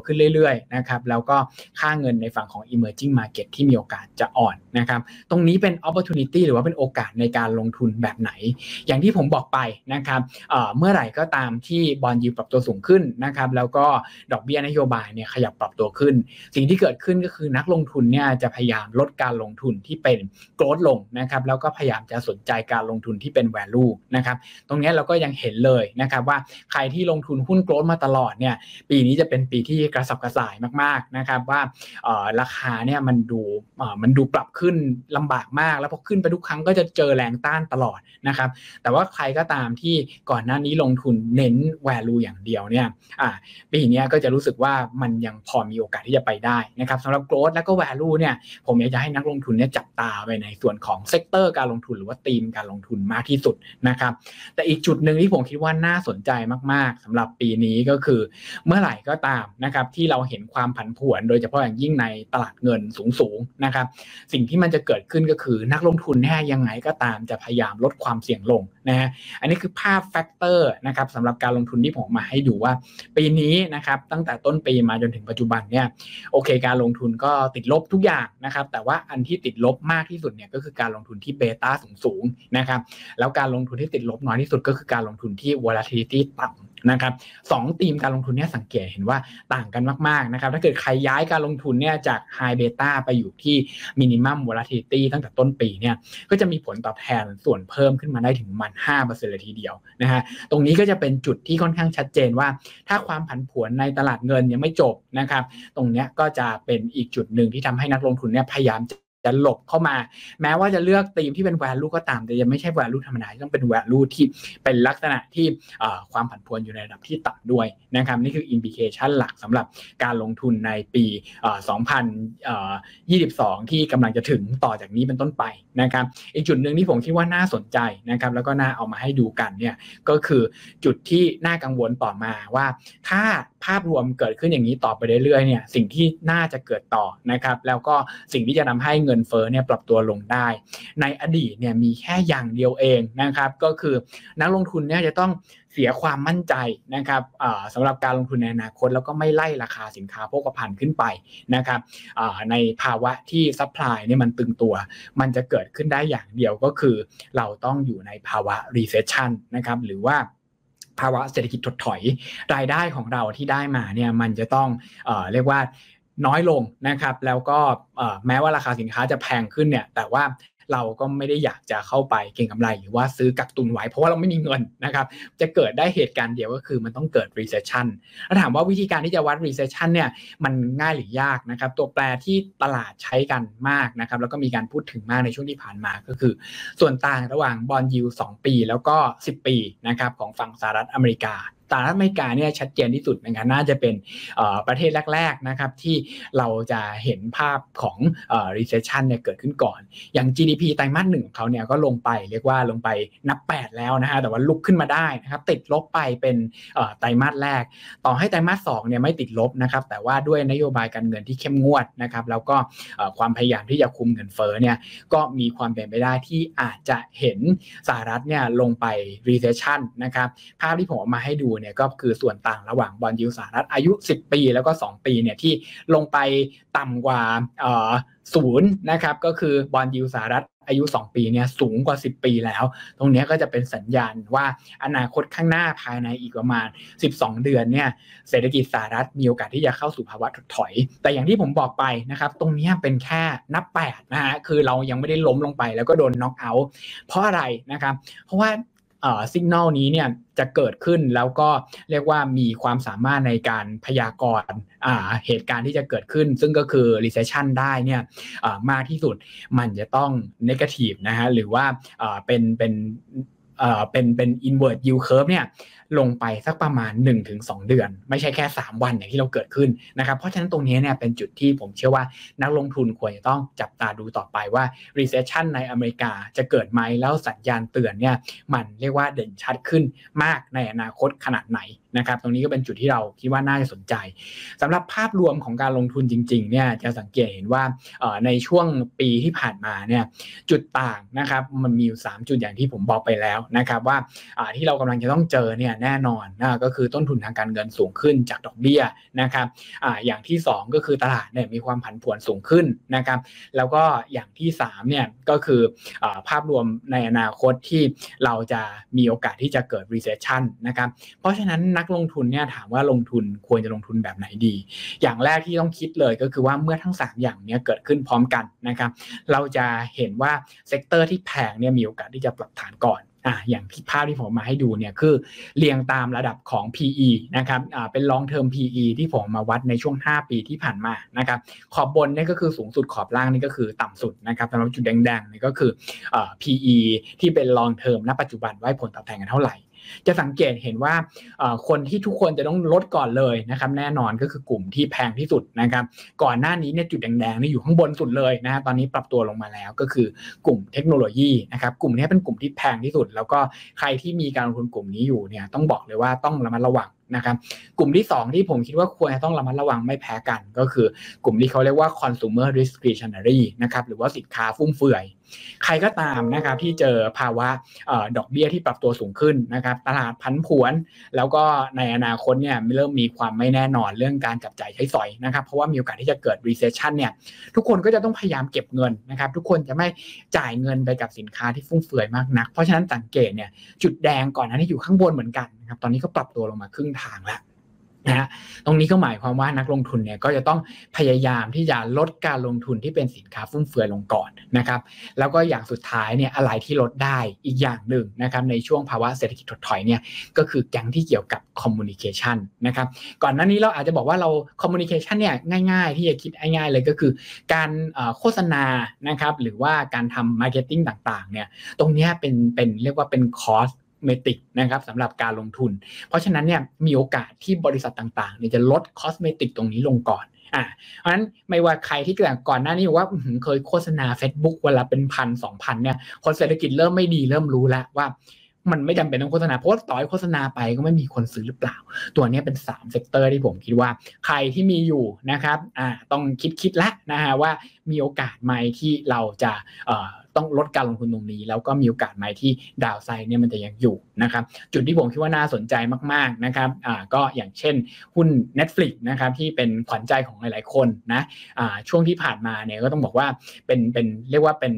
ขึ้นเรื่อยๆนะครับแล้วก็ค่าเงินในฝั่งของ emerging market ที่มีโอกาสจะอ่อนนะครับตรงนี้เป็น opportunity หรือว่าเป็นโอกาสในการลงทุนแบบไหนอย่างที่ผมบอกไปนะครับเมื่อไหร่ก็ตามที่บอนด์ยิลด์ปรับตัวสูงขึ้นนะครับแล้วก็ดอกเบี้ยนโยบายเนี่ยขยับปรับตัวขึ้นสิ่งที่เกิดขึ้นก็คือนักลงทุนเนี่ยจะพยายามลดการลงทุนที่เป็น growth ลงนะครับแล้วก็พยายามจะสนใจการลงทุนที่เป็น value นะครับตรงนี้เราก็ยังเห็นเลยนะครับว่าใครที่ลงทุนหุ้น growth มาตลอดเนี่ยปีนี้จะเป็นปีที่กระสับกระส่ายมากๆนะครับว่าราคาเนี่ยมันดูปรับขึ้นลำบากมากแล้วพอขึ้นไปทุกครั้งก็จะเจอแรงต้านตลอดนะครับแต่ว่าใครก็ตามที่ก่อนหน้านี้ลงทุนเน้น value อย่างเดียวเนี่ยปีนี้ก็จะรู้สึกว่ามันยังพอมีโอกาสที่จะไปได้นะครับสำหรับ growth และก็ value เนี่ยผมอยากจะให้นักลงทุนเนี่ยจับตาไปในส่วนของเซกเตอร์การลงทุนหรือว่าธีมการลงทุนมากที่สุดนะครับแต่อีกจุดนึงที่ผมคิดว่าน่าสนใจมากๆสำหรับปีนี้ก็คือเมื่อไหร่ก็ตามนะครับที่เราเห็นความผันผวนโดยเฉพาะอย่างยิ่งในตลาดเงินสูงๆนะครับสิ่งที่มันจะเกิดขึ้นก็คือนักลงทุนเนี่ยยังไงก็ตามจะพยายามลดความเสี่ยงลงนะฮะอันนี้คือภาพแฟกเตอร์นะครับสำหรับการลงทุนที่ผมมาให้ดูว่าปีนี้นะครับตั้งแต่ต้นปีมาจนถึงปัจจุบันเนี่ยโอเคการลงทุนก็ติดลบทุกอย่างนะครับแต่ว่าอันที่ติดลบมากที่สุดเนี่ยก็คือการลงทุนที่เบต้าสูงๆนะครับแล้วการลงทุนที่ติดลบน้อยที่สุดก็คือการลงทุนที่ volatility ต่ำนะครับ2ธีมการลงทุนเนี่ยสังเกตเห็นว่าต่างกันมากๆนะครับถ้าเกิดใครย้ายการลงทุนเนี่ยจาก high beta ไปอยู่ที่ minimum volatility ตั้งแต่ต้นปีเนี่ยก็จะมีผลตอบแทนส่วนเพิ่มขึ้นมาได้ถึงมัน 5% เลยทีเดียวนะฮะตรงนี้ก็จะเป็นจุดที่ค่อนข้างชัดเจนว่าถ้าความผันผวนในตลาดเงินยังไม่จบนะครับตรงนี้ก็จะเป็นอีกจุดหนึ่งที่ทำให้นักลงทุนเนี่ยพยายามจะหลบเข้ามาแม้ว่าจะเลือกธีมที่เป็น value ก็ตามแต่ยังไม่ใช่ value ธรรมดาต้องเป็น value ที่เป็นลักษณะที่ความผันผวนอยู่ในระดับที่ต่ำด้วยนะครับนี่คือ implication หลักสำหรับการลงทุนในปี2022ที่กำลังจะถึงต่อจากนี้เป็นต้นไปนะครับอีกจุดหนึ่งที่ผมคิดว่าน่าสนใจนะครับแล้วก็น่าเอามาให้ดูกันเนี่ยก็คือจุดที่น่ากังวลต่อมาว่าถ้าภาพรวมเกิดขึ้นอย่างนี้ต่อไปเรื่อยๆเนี่ยสิ่งที่น่าจะเกิดต่อนะครับแล้วก็สิ่งที่จะทำให้เงินเฟ้อเนี่ยปรับตัวลงได้ในอดีตเนี่ยมีแค่อย่างเดียวเองนะครับก็คือนักลงทุนเนี่ยจะต้องเสียความมั่นใจนะครับสำหรับการลงทุนในอนาคตแล้วก็ไม่ไล่ราคาสินค้าโภคภัณฑ์ขึ้นไปนะครับในภาวะที่ซัพพลายเนี่ยมันตึงตัวมันจะเกิดขึ้นได้อย่างเดียวก็คือเราต้องอยู่ในภาวะ recession นะครับหรือว่าภาวะเศรษฐกิจถดถอยรายได้ของเราที่ได้มาเนี่ยมันจะต้องเรียกว่าน้อยลงนะครับแล้วก็แม้ว่าราคาสินค้าจะแพงขึ้นเนี่ยแต่ว่าเราก็ไม่ได้อยากจะเข้าไปเก็งกำไรหรือว่าซื้อกักตุนไว้เพราะว่าเราไม่มีเงินนะครับจะเกิดได้เหตุการณ์เดียวก็คือมันต้องเกิด recession แล้วถามว่าวิธีการที่จะวัด recession เนี่ยมันง่ายหรือยากนะครับตัวแปรที่ตลาดใช้กันมากนะครับแล้วก็มีการพูดถึงมากในช่วงที่ผ่านมาก็คือส่วนต่างระหว่างบอนด์ยิลด์2ปีแล้วก็10ปีนะครับของฝั่งสหรัฐอเมริกาสหรัฐอเมริกาเนี่ยชัดเจนที่สุดนะครับน่าจะเป็นประเทศแรกๆนะครับที่เราจะเห็นภาพของrecession เนี่ยเกิดขึ้นก่อนอย่าง GDP ไตรมาส1ของเขาเนี่ยก็ลงไปเรียกว่าลงไปนับ8แล้วนะฮะแต่ว่าลุกขึ้นมาได้นะครับติดลบไปเป็นไตรมาสแรกต่อให้ไตรมาส2เนี่ยไม่ติดลบนะครับแต่ว่าด้วยนโยบายการเงินที่เข้มงวดนะครับแล้วก็ความพยายามที่จะคุมเงินเฟ้อเนี่ยก็มีความเป็นไปได้ที่อาจจะเห็นสหรัฐเนี่ยลงไป recession นะครับภาพที่ผมเอามาให้ดูเนี่ยก็คือส่วนต่างระหว่างบอนด์ยิลด์สหรัฐอายุ10ปีแล้วก็2ปีเนี่ยที่ลงไปต่ำกว่า0นะครับก็คือบอนด์ยิลด์สหรัฐอายุ2ปีเนี่ยสูงกว่า10ปีแล้วตรงนี้ก็จะเป็นสัญญาณว่าอนาคตข้างหน้าภายในอีกประมาณ12เดือนเนี่ยเศรษฐกิจสหรัฐมีโอกาสที่จะเข้าสู่ภาวะถดถอยแต่อย่างที่ผมบอกไปนะครับตรงนี้เป็นแค่นับ8นะฮะคือเรายังไม่ได้ล้มลงไปแล้วก็โดนน็อกเอาท์เพราะอะไรนะครับเพราะว่าสัญญาณนี้เนี่ยจะเกิดขึ้นแล้วก็เรียกว่ามีความสามารถในการพยากรณ์เหตุการณ์ที่จะเกิดขึ้นซึ่งก็คือ recession ได้เนี่ยมากที่สุดมันจะต้อง negative นะฮะหรือว่าเป็น inward yield curve เนี่ยลงไปสักประมาณ 1-2 เดือนไม่ใช่แค่3วันอย่างที่เราเกิดขึ้นนะครับเพราะฉะนั้นตรงนี้เนี่ยเป็นจุดที่ผมเชื่อว่านักลงทุนควรจะต้องจับตาดูต่อไปว่า recession ในอเมริกาจะเกิดไหมแล้วสัญญาณเตือนเนี่ยมันเรียกว่าเด่นชัดขึ้นมากในอนาคตขนาดไหนนะครับตรงนี้ก็เป็นจุดที่เราคิดว่าน่าจะสนใจสำหรับภาพรวมของการลงทุนจริงๆเนี่ยจะสังเกตเห็นว่าในช่วงปีที่ผ่านมาเนี่ยจุดต่างนะครับมันมีอยู่3จุดอย่างที่ผมบอกไปแล้วนะครับว่าที่เรากำลังจะต้องเจอเนี่ยแน่นอนก็คือต้นทุนทางการเงินสูงขึ้นจากดอกเบี้ยนะครับอย่างที่2ก็คือตลาดเนี่ยมีความผันผวนสูงขึ้นนะครับแล้วก็อย่างที่3เนี่ยก็คือภาพรวมในอนาคตที่เราจะมีโอกาสที่จะเกิด recession นะครับเพราะฉะนั้นนักลงทุนเนี่ยถามว่าลงทุนควรจะลงทุนแบบไหนดีอย่างแรกที่ต้องคิดเลยก็คือว่าเมื่อทั้ง3อย่างนี้เกิดขึ้นพร้อมกันนะครับเราจะเห็นว่าเซกเตอร์ที่แพงเนี่ยมีโอกาสที่จะปรับฐานก่อนอย่างที่ภาพที่ผมมาให้ดูเนี่ยคือเรียงตามระดับของ PE นะครับเป็น long term PE ที่ผมมาวัดในช่วง5ปีที่ผ่านมานะครับขอบบนนี่ก็คือสูงสุดขอบล่างนี่ก็คือต่ำสุดนะครับสำหรับจุดแดงๆนี่ก็คือPE ที่เป็น long term ณปัจจุบันว่าผลตอบแทนกันเท่าไหร่จะสังเกตเห็นว่าคนที่ทุกคนจะต้องลดก่อนเลยนะครับแน่นอนก็คือกลุ่มที่แพงที่สุดนะครับก่อนหน้านี้เนี่ยจุดแดงๆนี่อยู่ข้างบนสุดเลยนะตอนนี้ปรับตัวลงมาแล้วก็คือกลุ่มเทคโนโลยีนะครับกลุ่มนี้เป็นกลุ่มที่แพงที่สุดแล้วก็ใครที่มีการลงทุนกลุ่มนี้อยู่เนี่ยต้องบอกเลยว่าต้องระมัดระวังนะครับกลุ่มที่2ที่ผมคิดว่าควรจะต้องระมัดระวังไม่แพ้กันก็คือกลุ่มที่เขาเรียกว่า consumer discretionary นะครับหรือว่าสินค้าฟุ่มเฟือยใครก็ตามนะครับที่เจอภาวะดอกเบี้ยที่ปรับตัวสูงขึ้นนะครับตลาดผันผวนแล้วก็ในอนาคตเนี่ยเริ่มมีความไม่แน่นอนเรื่องการจับจ่ายใช้สอยนะครับเพราะว่ามีโอกาสที่จะเกิด recession เนี่ยทุกคนก็จะต้องพยายามเก็บเงินนะครับทุกคนจะไม่จ่ายเงินไปกับสินค้าที่ฟุ่มเฟือยมากนักเพราะฉะนั้นสังเกตเนี่ยจุดแดงก่อนหน้านี้อยู่ข้างบนเหมือนกันนะครับตอนนี้ก็ปรับตัวลงมาครึ่งทางแล้วนะตรงนี้ก็หมายความว่านักลงทุนเนี่ยก็จะต้องพยายามที่จะลดการลงทุนที่เป็นสินค้าฟุ่มเฟือยลงก่อนนะครับแล้วก็อย่างสุดท้ายเนี่ยอะไรที่ลดได้อีกอย่างหนึ่งนะครับในช่วงภาวะเศรษฐกิจถดถอยเนี่ยก็คือแก๊งที่เกี่ยวกับคอมมูนิเคชันนะครับก่อนหน้านี้เราอาจจะบอกว่าเราคอมมูนิเคชันเนี่ยง่ายๆที่จะคิดง่ายๆเลยก็คือการโฆษณานะครับหรือว่าการทำมาร์เก็ตติ้งต่างๆเนี่ยตรงนี้เป็นเรียกว่าเป็นคอสเมติกนะครับสำหรับการลงทุนเพราะฉะนั้นเนี่ยมีโอกาสที่บริษัทต่างๆเนี่ยจะลดคอสเมติกตรงนี้ลงก่อนเพราะฉะนั้นไม่ว่าใครที่ก่อนหน้านี้ว่าเคยโฆษณา Facebook เวลาเป็น1,000-2,000เนี่ยพอเศรษฐกิจเริ่มไม่ดีเริ่มรู้แล้วว่ามันไม่จำเป็นต้องโฆษณาเพราะต่อให้โฆษณาไปก็ไม่มีคนซื้อหรือเปล่าตัวนี้เป็น3เซกเตอร์ที่ผมคิดว่าใครที่มีอยู่นะครับต้องคิดแล้วนะฮะว่ามีโอกาสไหมที่เราจะต้องลดการลงทุนตรงนี้แล้วก็มีโอกาสไหมที่ดาวไซด์เนี่ยมันจะยังอยู่นะครับจุดที่ผมคิดว่าน่าสนใจมากๆนะครับก็อย่างเช่นหุ้น Netflix นะครับที่เป็นขวัญใจของหลายๆคนนะช่วงที่ผ่านมาเนี่ยก็ต้องบอกว่าเป็นเรียกว่าเป็น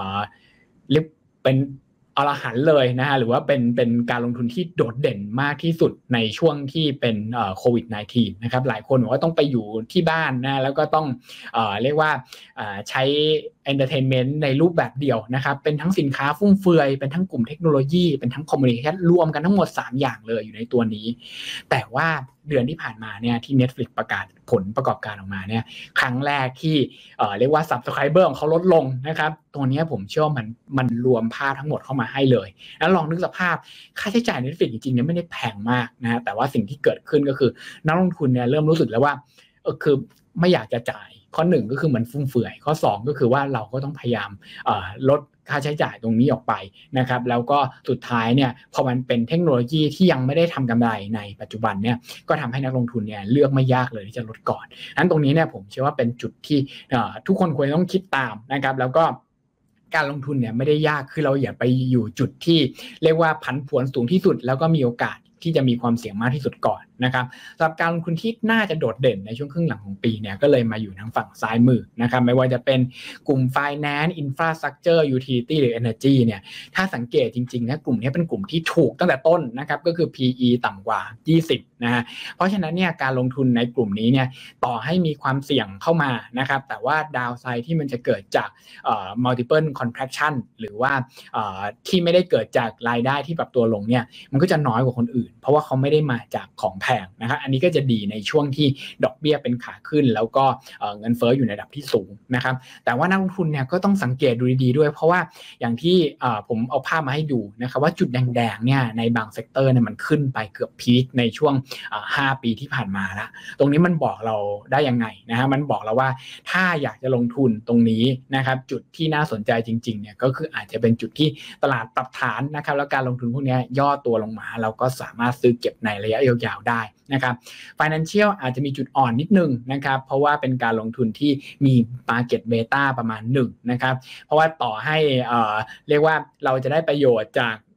อรหันต์เลยนะฮะหรือว่าเป็นการลงทุนที่โดดเด่นมากที่สุดในช่วงที่เป็นโควิด -19 นะครับหลายคนบอกว่าต้องไปอยู่ที่บ้านนะแล้วก็ต้องเรียกว่าใช้entertainment ในรูปแบบเดียวนะครับเป็นทั้งสินค้าฟุ่มเฟือยเป็นทั้งกลุ่มเทคโนโลยีเป็นทั้งคอมมูนิเคชั่นรวมกันทั้งหมด3อย่างเลยอยู่ในตัวนี้แต่ว่าเดือนที่ผ่านมาเนี่ยที่ Netflix ประกาศผลประกอบการออกมาเนี่ยครั้งแรกที่เรียกว่า Subscriber ของเขาลดลงนะครับตัวนี้ผมเชื่อว่ามันรวมภาพทั้งหมดเข้ามาให้เลยแล้วลองนึกสภาพค่าใช้จ่าย Netflix จริงๆเนี่ยไม่ได้แพงมากนะแต่ว่าสิ่งที่เกิดขึ้นก็คือนักลงทุนเนี่ยเริ่มรู้สึกแล้วว่าคือไม่อยากจะจ่ายข้อ1ก็คือมันฟุ่มเฟือยข้อ2ก็คือว่าเราก็ต้องพยายามลดค่าใช้จ่ายตรงนี้ออกไปนะครับแล้วก็สุดท้ายเนี่ยพอมันเป็นเทคโนโลยีที่ยังไม่ได้ทำกำไรในปัจจุบันเนี่ยก็ทำให้นักลงทุนเนี่ยเลือกไม่ยากเลยที่จะลดก่อนนั้นตรงนี้เนี่ยผมเชื่อว่าเป็นจุดที่ทุกคนควรต้องคิดตามนะครับแล้วก็การลงทุนเนี่ยไม่ได้ยากคือเราอย่าไปอยู่จุดที่เรียกว่าผันผวนสูงที่สุดแล้วก็มีโอกาสที่จะมีความเสี่ยงมากที่สุดก่อนนะครับสำหรับการลงทุนที่น่าจะโดดเด่นในช่วงครึ่งหลังของปีเนี่ยก็เลยมาอยู่ทางฝั่งซ้ายมือนะครับไม่ว่าจะเป็นกลุ่ม Finance Infrastructure Utility หรือ Energy เนี่ยถ้าสังเกตจริงๆนะกลุ่มนี้เป็นกลุ่มที่ถูกตั้งแต่ต้นนะครับก็คือ PE ต่ำกว่า20นะฮะเพราะฉะนั้นเนี่ยการลงทุนในกลุ่มนี้เนี่ยต่อให้มีความเสี่ยงเข้ามานะครับแต่ว่าดาวไซด์ที่มันจะเกิดจากmultiple contraction หรือว่าที่ไม่ได้เกิดจากรายได้ที่ปรับตัวลงเนี่ยมันก็จะน้อยกว่าคนอื่นเพราะว่าเขาไม่ได้มาจากของแพงนะครับอันนี้ก็จะดีในช่วงที่ดอกเบี้ยเป็นขาขึ้นแล้วก็เงินเฟ้ออยู่ในระดับที่สูงนะครับแต่ว่านักลงทุนเนี่ยก็ต้องสังเกตดูดีๆด้วยเพราะว่าอย่างที่ผมเอาภาพมาให้ดูนะครับว่าจุดแดงๆเนี่ยในบางเซกเตอร์เนี่ยมันขึ้นไปเกือบพีคในช่วง5 ปีที่ผ่านมาแล้วตรงนี้มันบอกเราได้ยังไงนะฮะมันบอกเราว่าถ้าอยากจะลงทุนตรงนี้นะครับจุดที่น่าสนใจจริงๆเนี่ยก็คืออาจจะเป็นจุดที่ตลาดปรับฐานนะครับแล้วการลงทุนพวกนี้ย่อตัวลงมาเราก็สามารถซื้อเก็บในระยะยาวๆได้นะครับ Financial อาจจะมีจุดอ่อนนิดนึงนะครับเพราะว่าเป็นการลงทุนที่มี Market Beta ประมาณ1นะครับเพราะว่าต่อให้เรียกว่าเราจะได้ประโยชน์จาก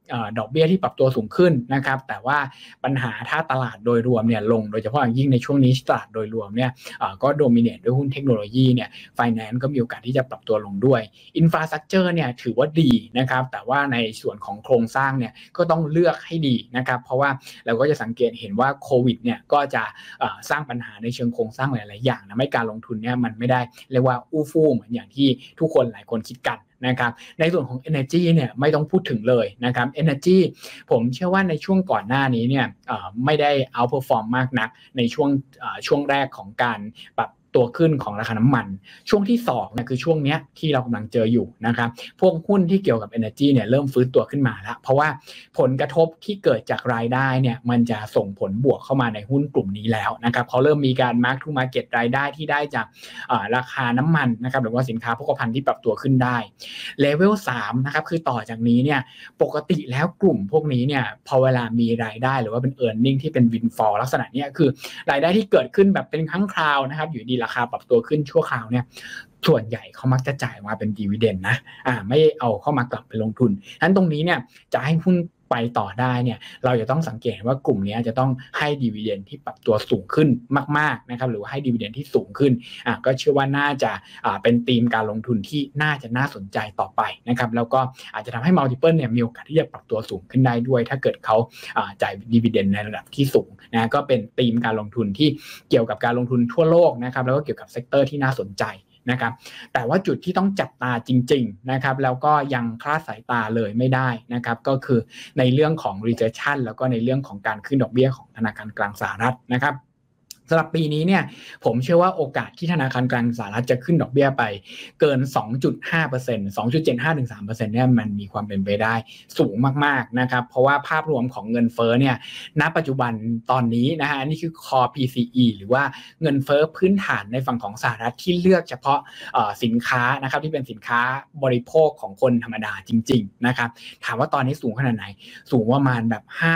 ดอกเบี้ยที่ปรับตัวสูงขึ้นนะครับแต่ว่าปัญหาถ้าตลาดโดยรวมเนี่ยลงโดยเฉพาะอย่างยิ่งในช่วงนี้ตลาดโดยรวมเนี่ยก็โดมิเนตด้วยหุ้นเทคโนโลยีเนี่ยไฟแนนซ์ก็มีโอกาสที่จะปรับตัวลงด้วยอินฟราสตรัคเจอร์เนี่ยถือว่าดีนะครับแต่ว่าในส่วนของโครงสร้างเนี่ยก็ต้องเลือกให้ดีนะครับเพราะว่าเราก็จะสังเกตเห็นว่าโควิดเนี่ยก็จะสร้างปัญหาในเชิงโครงสร้างหลายๆอย่างนะไม่การลงทุนเนี่ยมันไม่ได้เรียกว่าอู้ฟู่เหมือนอย่างที่ทุกคนหลายคนคิดกันนะครับในส่วนของ Energy เนี่ยไม่ต้องพูดถึงเลยนะครับ Energy ผมเชื่อว่าในช่วงก่อนหน้านี้เนี่ยไม่ได้ outperform มากนักในช่วงแรกของการปรับตัวขึ้นของราคาน้ำมันช่วงที่2เนี่ยคือช่วงเนี้ยที่เรากำลังเจออยู่นะครับพวกหุ้นที่เกี่ยวกับ Energy เนี่ยเริ่มฟื้นตัวขึ้นมาแล้วเพราะว่าผลกระทบที่เกิดจากรายได้เนี่ยมันจะส่งผลบวกเข้ามาในหุ้นกลุ่มนี้แล้วนะครับเขาเริ่มมีการ mark to market รายได้ที่ได้จากราคาน้ำมันนะครับหรือว่าสินค้าโภคภัณฑ์ที่ปรับตัวขึ้นได้เลเวล3นะครับคือต่อจากนี้เนี่ยปกติแล้วกลุ่มพวกนี้เนี่ยพอเวลามีรายได้หรือว่าเป็น earning ที่เป็น windfall ลักษณะนี้คือรายได้ที่เกิดขึ้นแบบเป็นครั้งคราวนะครับอยู่ดีราคาปรับตัวขึ้นชั่วคราวเนี่ยส่วนใหญ่เขามักจะจ่ายมาเป็นดิวิเดนด์นะไม่เอาเข้ามากลับไปลงทุนนั้นตรงนี้เนี่ยจะให้หุ้นไปต่อได้เนี่ยเราจะต้องสังเกตว่ากลุ่มนี้จะต้องให้ดิวิเดนด์ที่ปรับตัวสูงขึ้นมากๆนะครับหรือว่าให้ดิวิเดนด์ที่สูงขึ้นก็เชื่อว่าน่าจะเป็นธีมการลงทุนที่น่าสนใจต่อไปนะครับแล้วก็อาจจะทำให้มัลติเพิลเนี่ยมีโอกาสที่จะปรับตัวสูงขึ้นได้ด้วยถ้าเกิดเขาจ่ายดิวิเดนด์ในระดับที่สูงนะก็เป็นธีมการลงทุนที่เกี่ยวกับการลงทุนทั่วโลกนะครับแล้วก็เกี่ยวกับเซกเตอร์ที่น่าสนใจนะครับแต่ว่าจุดที่ต้องจับตาจริงๆนะครับแล้วก็ยังคลาดสายตาเลยไม่ได้นะครับก็คือในเรื่องของ recession แล้วก็ในเรื่องของการขึ้นดอกเบี้ยของธนาคารกลางสหรัฐนะครับสำหรับปีนี้เนี่ยผมเชื่อว่าโอกาสที่ธนาคารกลางสหรัฐจะขึ้นดอกเบี้ยไปเกิน 2.5% 2.75 ถึง 3% เนี่ยมันมีความเป็นไปได้สูงมากๆนะครับเพราะว่าภาพรวมของเงินเฟ้อเนี่ยณปัจจุบันตอนนี้นะฮะนี่คือ Core PCE หรือว่าเงินเฟ้อพื้นฐานในฝั่งของสหรัฐที่เลือกเฉพาะสินค้านะครับที่เป็นสินค้าบริโภคของคนธรรมดาจริงๆนะครับถามว่าตอนนี้สูงขนาดไหนสูงประมาณแบบ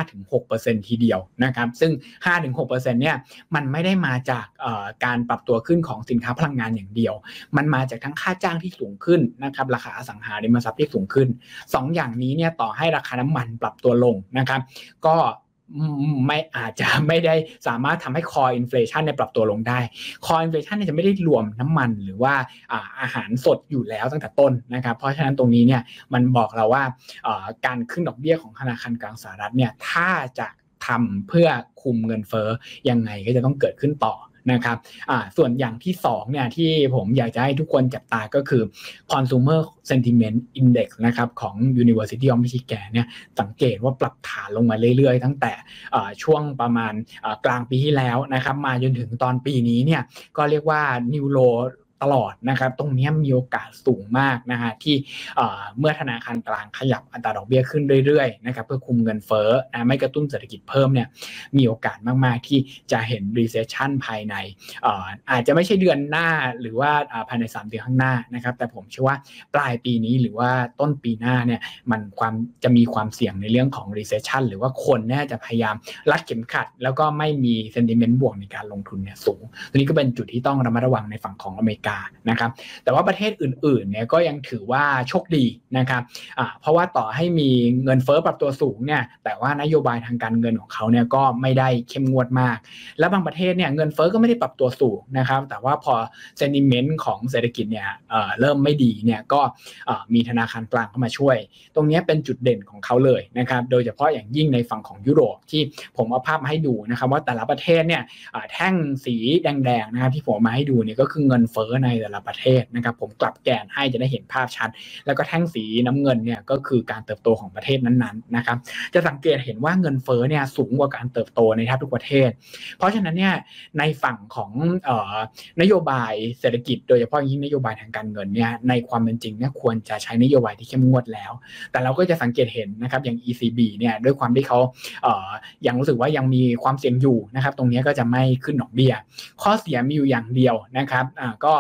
5-6% ทีเดียวนะครับซึ่ง 5-6% เนี่ยมันไม่ได้มาจากการปรับตัวขึ้นของสินค้าพลังงานอย่างเดียวมันมาจากทั้งค่าจ้างที่สูงขึ้นนะครับราคาอสังหาริมทรัพย์ที่สูงขึ้น2อย่างนี้เนี่ยต่อให้ราคาน้ำมันปรับตัวลงนะครับก็ไม่อาจจะไม่ได้สามารถทำให้ core inflation เนี่ยปรับตัวลงได้ core inflation เนี่ยจะไม่ได้รวมน้ำมันหรือว่าอาหารสดอยู่แล้วตั้งแต่ต้นนะครับเพราะฉะนั้นตรงนี้เนี่ยมันบอกเราว่าการขึ้นดอกเบี้ยของธนาคารกลางสหรัฐเนี่ยถ้าจะทำเพื่อคุมเงินเฟ้อยังไงก็จะต้องเกิดขึ้นต่อนะครับส่วนอย่างที่2เนี่ยที่ผมอยากจะให้ทุกคนจับตาก็คือ consumer sentiment index นะครับของ University of Michigan เนี่ยสังเกตว่าปรับฐานลงมาเรื่อยๆตั้งแต่ช่วงประมาณกลางปีที่แล้วนะครับมาจนถึงตอนปีนี้เนี่ยก็เรียกว่า new lowตลอดนะครับตรงนี้มีโอกาสสูงมากนะฮะที่เมื่อธนาคารกลางขยับอัตราดอกเบี้ยขึ้นเรื่อยๆนะครับเพื่อคุมเงินเฟ้อไม่กระตุ้นเศรษฐกิจเพิ่มเนี่ยมีโอกาสมากๆที่จะเห็น recession ภายในอาจจะไม่ใช่เดือนหน้าหรือว่าภายใน3เดือนข้างหน้านะครับแต่ผมเชื่อว่าปลายปีนี้หรือว่าต้นปีหน้าเนี่ยมันจะมีความเสี่ยงในเรื่องของ recession หรือว่าคนเนี่ยจะพยายามรัดเข็มขัดแล้วก็ไม่มี sentiment บวกในการลงทุนเนี่ยสูงตัวนี้ก็เป็นจุดที่ต้องระมัดระวังในฝั่งของอเมริกานะครับแต่ว่าประเทศอื่นๆเนี่ยก็ยังถือว่าโชคดีนะครับเพราะว่าต่อให้มีเงินเฟ้อปรับตัวสูงเนี่ยแต่ว่านโยบายทางการเงินของเขาเนี่ยก็ไม่ได้เข้มงวดมากและบางประเทศเนี่ยเงินเฟ้อก็ไม่ได้ปรับตัวสูงนะครับแต่ว่าพอเซนติเมนต์ของเศรษฐกิจเนี่ยเริ่มไม่ดีเนี่ยก็มีธนาคารกลางเข้ามาช่วยตรงนี้เป็นจุดเด่นของเขาเลยนะครับโดยเฉพาะอย่างยิ่งในฝั่งของยุโรปที่ผมเอาภาพมาให้ดูนะครับว่าแต่ละประเทศเนี่ยแท่งสีแดงๆนะครับที่ผมมาให้ดูเนี่ยก็คือเงินเฟ้อในแต่ละประเทศนะครับผมกลับแกนให้จะได้เห็นภาพชัดแล้วก็แท่งสีน้ำเงินเนี่ยก็คือการเติบโตของประเทศนั้นๆนะครับจะสังเกตเห็นว่าเงินเฟ้อเนี่ยสูงกว่าการเติบโตในแทบทุกประเทศเพราะฉะนั้นเนี่ยในฝั่งของนโยบายเศรษฐกิจโดยเฉพาะยิ่งนโยบายทางการเงินเนี่ยในความเป็นจริงเนี่ยควรจะใช้นโยบายที่เข้มงวดแล้วแต่เราก็จะสังเกตเห็นนะครับอย่าง ECB เนี่ยด้วยความที่เขายังรู้สึกว่ายังมีความเสี่ยงอยู่นะครับตรงนี้ก็จะไม่ขึ้นดอกเบี้ยข้อเสียมีอยู่อย่างเดียวนะครับก็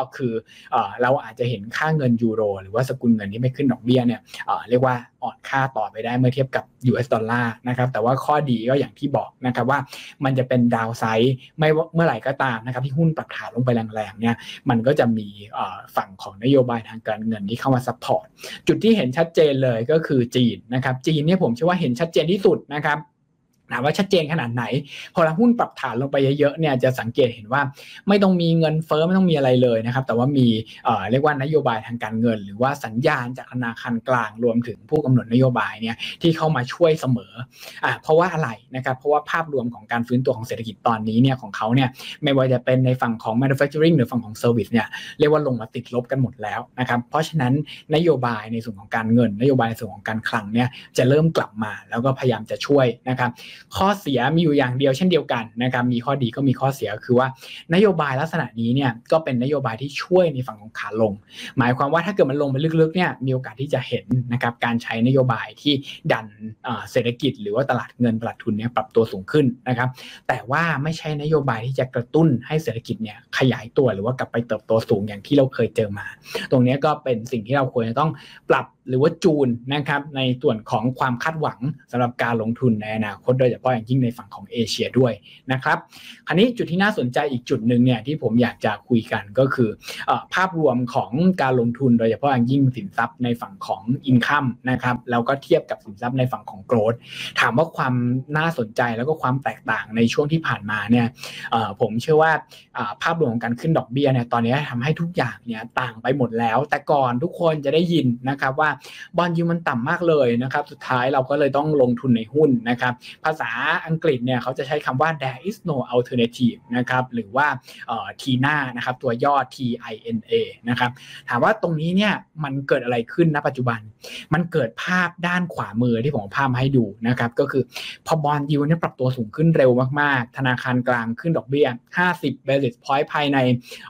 คือเราอาจจะเห็นค่าเงินยูโรหรือว่าสกุลเงินที่ไม่ขึ้นดอกเบี้ยเนี่ยเรียกว่าอ่อนค่าต่อไปได้เมื่อเทียบกับ US ดอลลาร์นะครับแต่ว่าข้อดีก็อย่างที่บอกนะครับว่ามันจะเป็นดาวไซด์ไม่ว่าเมื่อไหร่ก็ตามนะครับที่หุ้นปรับฐานลงไปแรงๆเนี่ยมันก็จะมีฝั่งของนโยบายทางการเงินที่เข้ามาซัพพอร์ตจุดที่เห็นชัดเจนเลยก็คือจีนนะครับจีนเนี่ยผมเชื่อว่าเห็นชัดเจนที่สุดนะครับถามว่าชัดเจนขนาดไหนพอหุ้นปรับฐานลงไปเยอะๆเนี่ยจะสังเกตเห็นว่าไม่ต้องมีเงินเฟ้อไม่ต้องมีอะไรเลยนะครับแต่ว่ามีเรียกว่านโยบายทางการเงินหรือว่าสัญญาณจากธนาคารกลางรวมถึงผู้กำหนดนโยบายเนี่ยที่เข้ามาช่วยเสมอเพราะว่าอะไรนะครับเพราะว่าภาพรวมของการฟื้นตัวของเศรษฐกิจตอนนี้เนี่ยของเขาเนี่ยไม่ว่าจะเป็นในฝั่งของ manufacturing หรือฝั่งของ service เนี่ยเรียกว่าลงมาติดลบกันหมดแล้วนะครับเพราะฉะนั้นนโยบายในส่วนของการเงินนโยบายในส่วนของการคลังเนี่ยจะเริ่มกลับมาแล้วก็พยายามจะช่วยนะครับข้อเสียมีอยู่อย่างเดียวเช่นเดียวกันนะครับมีข้อดีก็มีข้อเสียคือว่านโยบายลักษณะนี้เนี่ยก็เป็นนโยบายที่ช่วยในฝั่งของขาลงหมายความว่าถ้าเกิดมันลงไปลึกๆเนี่ยมีโอกาสที่จะเห็นนะครับการใช้นโยบายที่ดันเศรษฐกิจหรือว่าตลาดเงินตลาดทุนเนี่ยปรับตัวสูงขึ้นนะครับแต่ว่าไม่ใช่นโยบายที่จะกระตุ้นให้เศรษฐกิจเนี่ยขยายตัวหรือว่ากลับไปเติบโตสูงอย่างที่เราเคยเจอมาตรงนี้ก็เป็นสิ่งที่เราควรจะต้องปรับหรือว่าจูนนะครับในส่วนของความคาดหวังสำหรับการลงทุนในอนาคตโดยเฉพาะอย่างยิ่งในฝั่งของเอเชียด้วยนะครับคราวนี้จุดที่น่าสนใจอีกจุดหนึ่งเนี่ยที่ผมอยากจะคุยกันก็คือภาพรวมของการลงทุนโดยเฉพาะอย่างยิ่งสินทรัพย์ในฝั่งของอินคัมนะครับแล้วก็เทียบกับสินทรัพย์ในฝั่งของโกรทถามว่าความน่าสนใจแล้วก็ความแตกต่างในช่วงที่ผ่านมาเนี่ยผมเชื่อว่าภาพรวมของการขึ้นดอกเบี้ยเนี่ยตอนนี้ทำให้ทุกอย่างเนี่ยต่างไปหมดแล้วแต่ก่อนทุกคนจะได้ยินนะครับว่าบอนด์ยิลด์มันต่ำมากเลยนะครับสุดท้ายเราก็เลยต้องลงทุนในหุ้นนะครับภาษาอังกฤษเนี่ยเขาจะใช้คำว่า there is no alternative นะครับหรือว่าTINA นะครับตัวย่อ TINA นะครับถามว่าตรงนี้เนี่ยมันเกิดอะไรขึ้นณปัจจุบันมันเกิดภาพด้านขวามือที่ผมพามาให้ดูนะครับก็คือพอบอนด์ยิลด์เนี่ยปรับตัวสูงขึ้นเร็วมากๆธนาคารกลางขึ้นดอกเบี้ย50 basis point ภายใน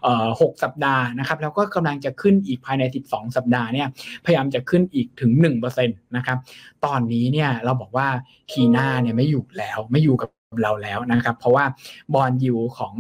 6 สัปดาห์นะครับแล้วก็กำลังจะขึ้นอีกภายใน12 สัปดาห์เนี่ยพยายามจะขึ้นอีกถึง 1% นะครับตอนนี้เนี่ยเราบอกว่าทีน่าเนี่ยไม่อยู่แล้วไม่อยู่กับเราแล้วนะครับเพราะว่าบอนด์ยิลด์ของ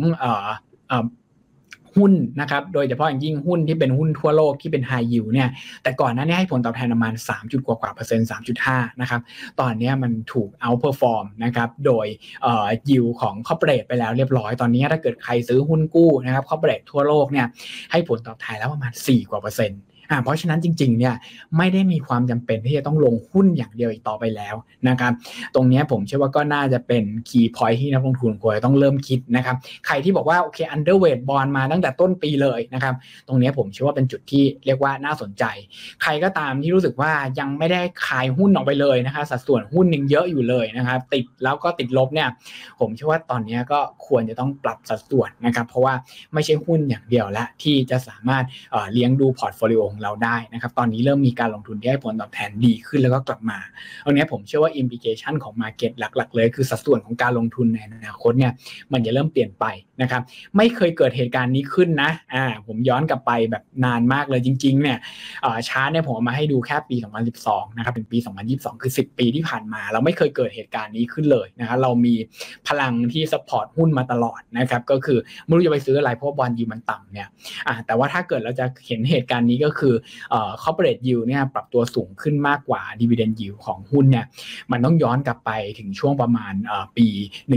หุ้นนะครับโดยเฉพาะอย่างยิ่งหุ้นที่เป็นหุ้นทั่วโลกที่เป็น high yield เนี่ยแต่ก่อนหน้านี้ให้ผลตอบแทนประมาณ3 กว่าเปอร์เซ็นต์ 3.5 นะครับตอนนี้มันถูก outperform นะครับโดยyield ของ corporate ไปแล้วเรียบร้อยตอนนี้ถ้าเกิดใครซื้อหุ้นกู้นะครับ corporate ทั่วโลกเนี่ยให้ผลตอบแทนแล้วประมาณ4 กว่าเปอร์เซ็นต์เพราะฉะนั้นจริงๆเนี่ยไม่ได้มีความจำเป็นที่จะต้องลงหุ้นอย่างเดียวอีกต่อไปแล้วนะครับตรงนี้ผมเชื่อว่าก็น่าจะเป็น key point ที่นักลงทุนควรจะต้องเริ่มคิดนะครับใครที่บอกว่าโอเค underweight bond มาตั้งแต่ต้นปีเลยนะครับตรงนี้ผมเชื่อว่าเป็นจุดที่เรียกว่าน่าสนใจใครก็ตามที่รู้สึกว่ายังไม่ได้ขายหุ้นออกไปเลยนะครับสัดส่วนหุ้นยังเยอะอยู่เลยนะครับติดแล้วก็ติดลบเนี่ยผมเชื่อว่าตอนนี้ก็ควรจะต้องปรับสัดส่วนนะครับเพราะว่าไม่ใช่หุ้นอย่างเดียวละที่จะสามารถเลี้ยงดูพอร์ตโฟลิโอเราได้นะครับตอนนี้เริ่มมีการลงทุนที่ให้ผลตอบแทนดีขึ้นแล้วก็กลับมาตรงนี้ผมเชื่อว่า implication ของ market หลักๆเลยคือสัดส่วนของการลงทุนในอนาคตเนี่ยมันจะเริ่มเปลี่ยนไปนะครับไม่เคยเกิดเหตุการณ์นี้ขึ้นนะผมย้อนกลับไปแบบนานมากเลยจริงๆเนี่ยชาร์ตเนี่ยผมเอามาให้ดูแค่ปี2012นะครับถึงปี2022คือ10 ปีที่ผ่านมาเราไม่เคยเกิดเหตุการณ์นี้ขึ้นเลยนะครับเรามีพลังที่ support หุ้นมาตลอดนะครับก็คือไม่รู้จะไปซื้ออะไรเพราะว่าบอนด์ยิลด์มันต่ำเนี่ยแต่ว่าถ้าเกิดเราจะเห็นเหตุการณ์นี้ก็คือcorporate yield เนี่ยปรับตัวสูงขึ้นมากกว่า dividend yield ของหุ้นเนี่ยมันต้องย้อนกลับไปถึงช่วงประมาณปี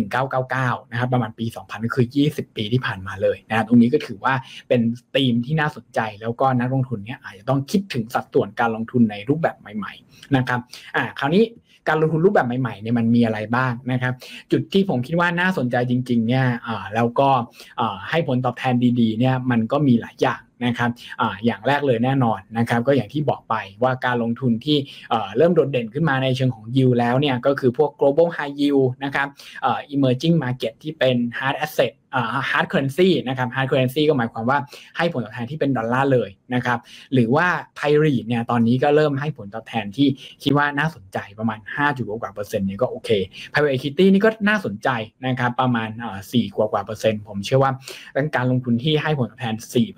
1999นะครับประมาณปี2000ก็คือ20 ปีที่ผ่านมาเลยนะตรงนี้ก็ถือว่าเป็นธีมที่น่าสนใจแล้วก็นักลงทุนเนี่ยอาจจะต้องคิดถึงสัดส่วนการลงทุนในรูปแบบใหม่ๆนะครับคราวนี้การลงทุนรูปแบบใหม่ๆเนี่ยมันมีอะไรบ้างนะครับจุดที่ผมคิดว่าน่าสนใจจริงๆเนี่ยแล้วก็ให้ผลตอบแทนดีๆเนี่ยมันก็มีหลายอย่างนะครับอย่างแรกเลยแน่นอนนะครับก็อย่างที่บอกไปว่าการลงทุนที่เริ่มโดดเด่นขึ้นมาในเชิงของ yield แล้วเนี่ยก็คือพวก global high yield นะครับemerging market ที่เป็น hard asset hard currency นะครับ hard currency ก็หมายความว่าให้ผลตอบแทนที่เป็นดอลลาร์เลยนะครับหรือว่า Thai REIT เนี่ยตอนนี้ก็เริ่มให้ผลตอบแทนที่คิดว่าน่าสนใจประมาณ 5 กว่าเปอร์เซ็นต์เนี่ยก็โอเค private equity นี่ก็น่าสนใจนะครับประมาณ4 กว่าเปอร์เซ็นต์ผมเชื่อว่าเป็นการลงทุนที่ให้ผลตอบแทน 4% ขึ้นไป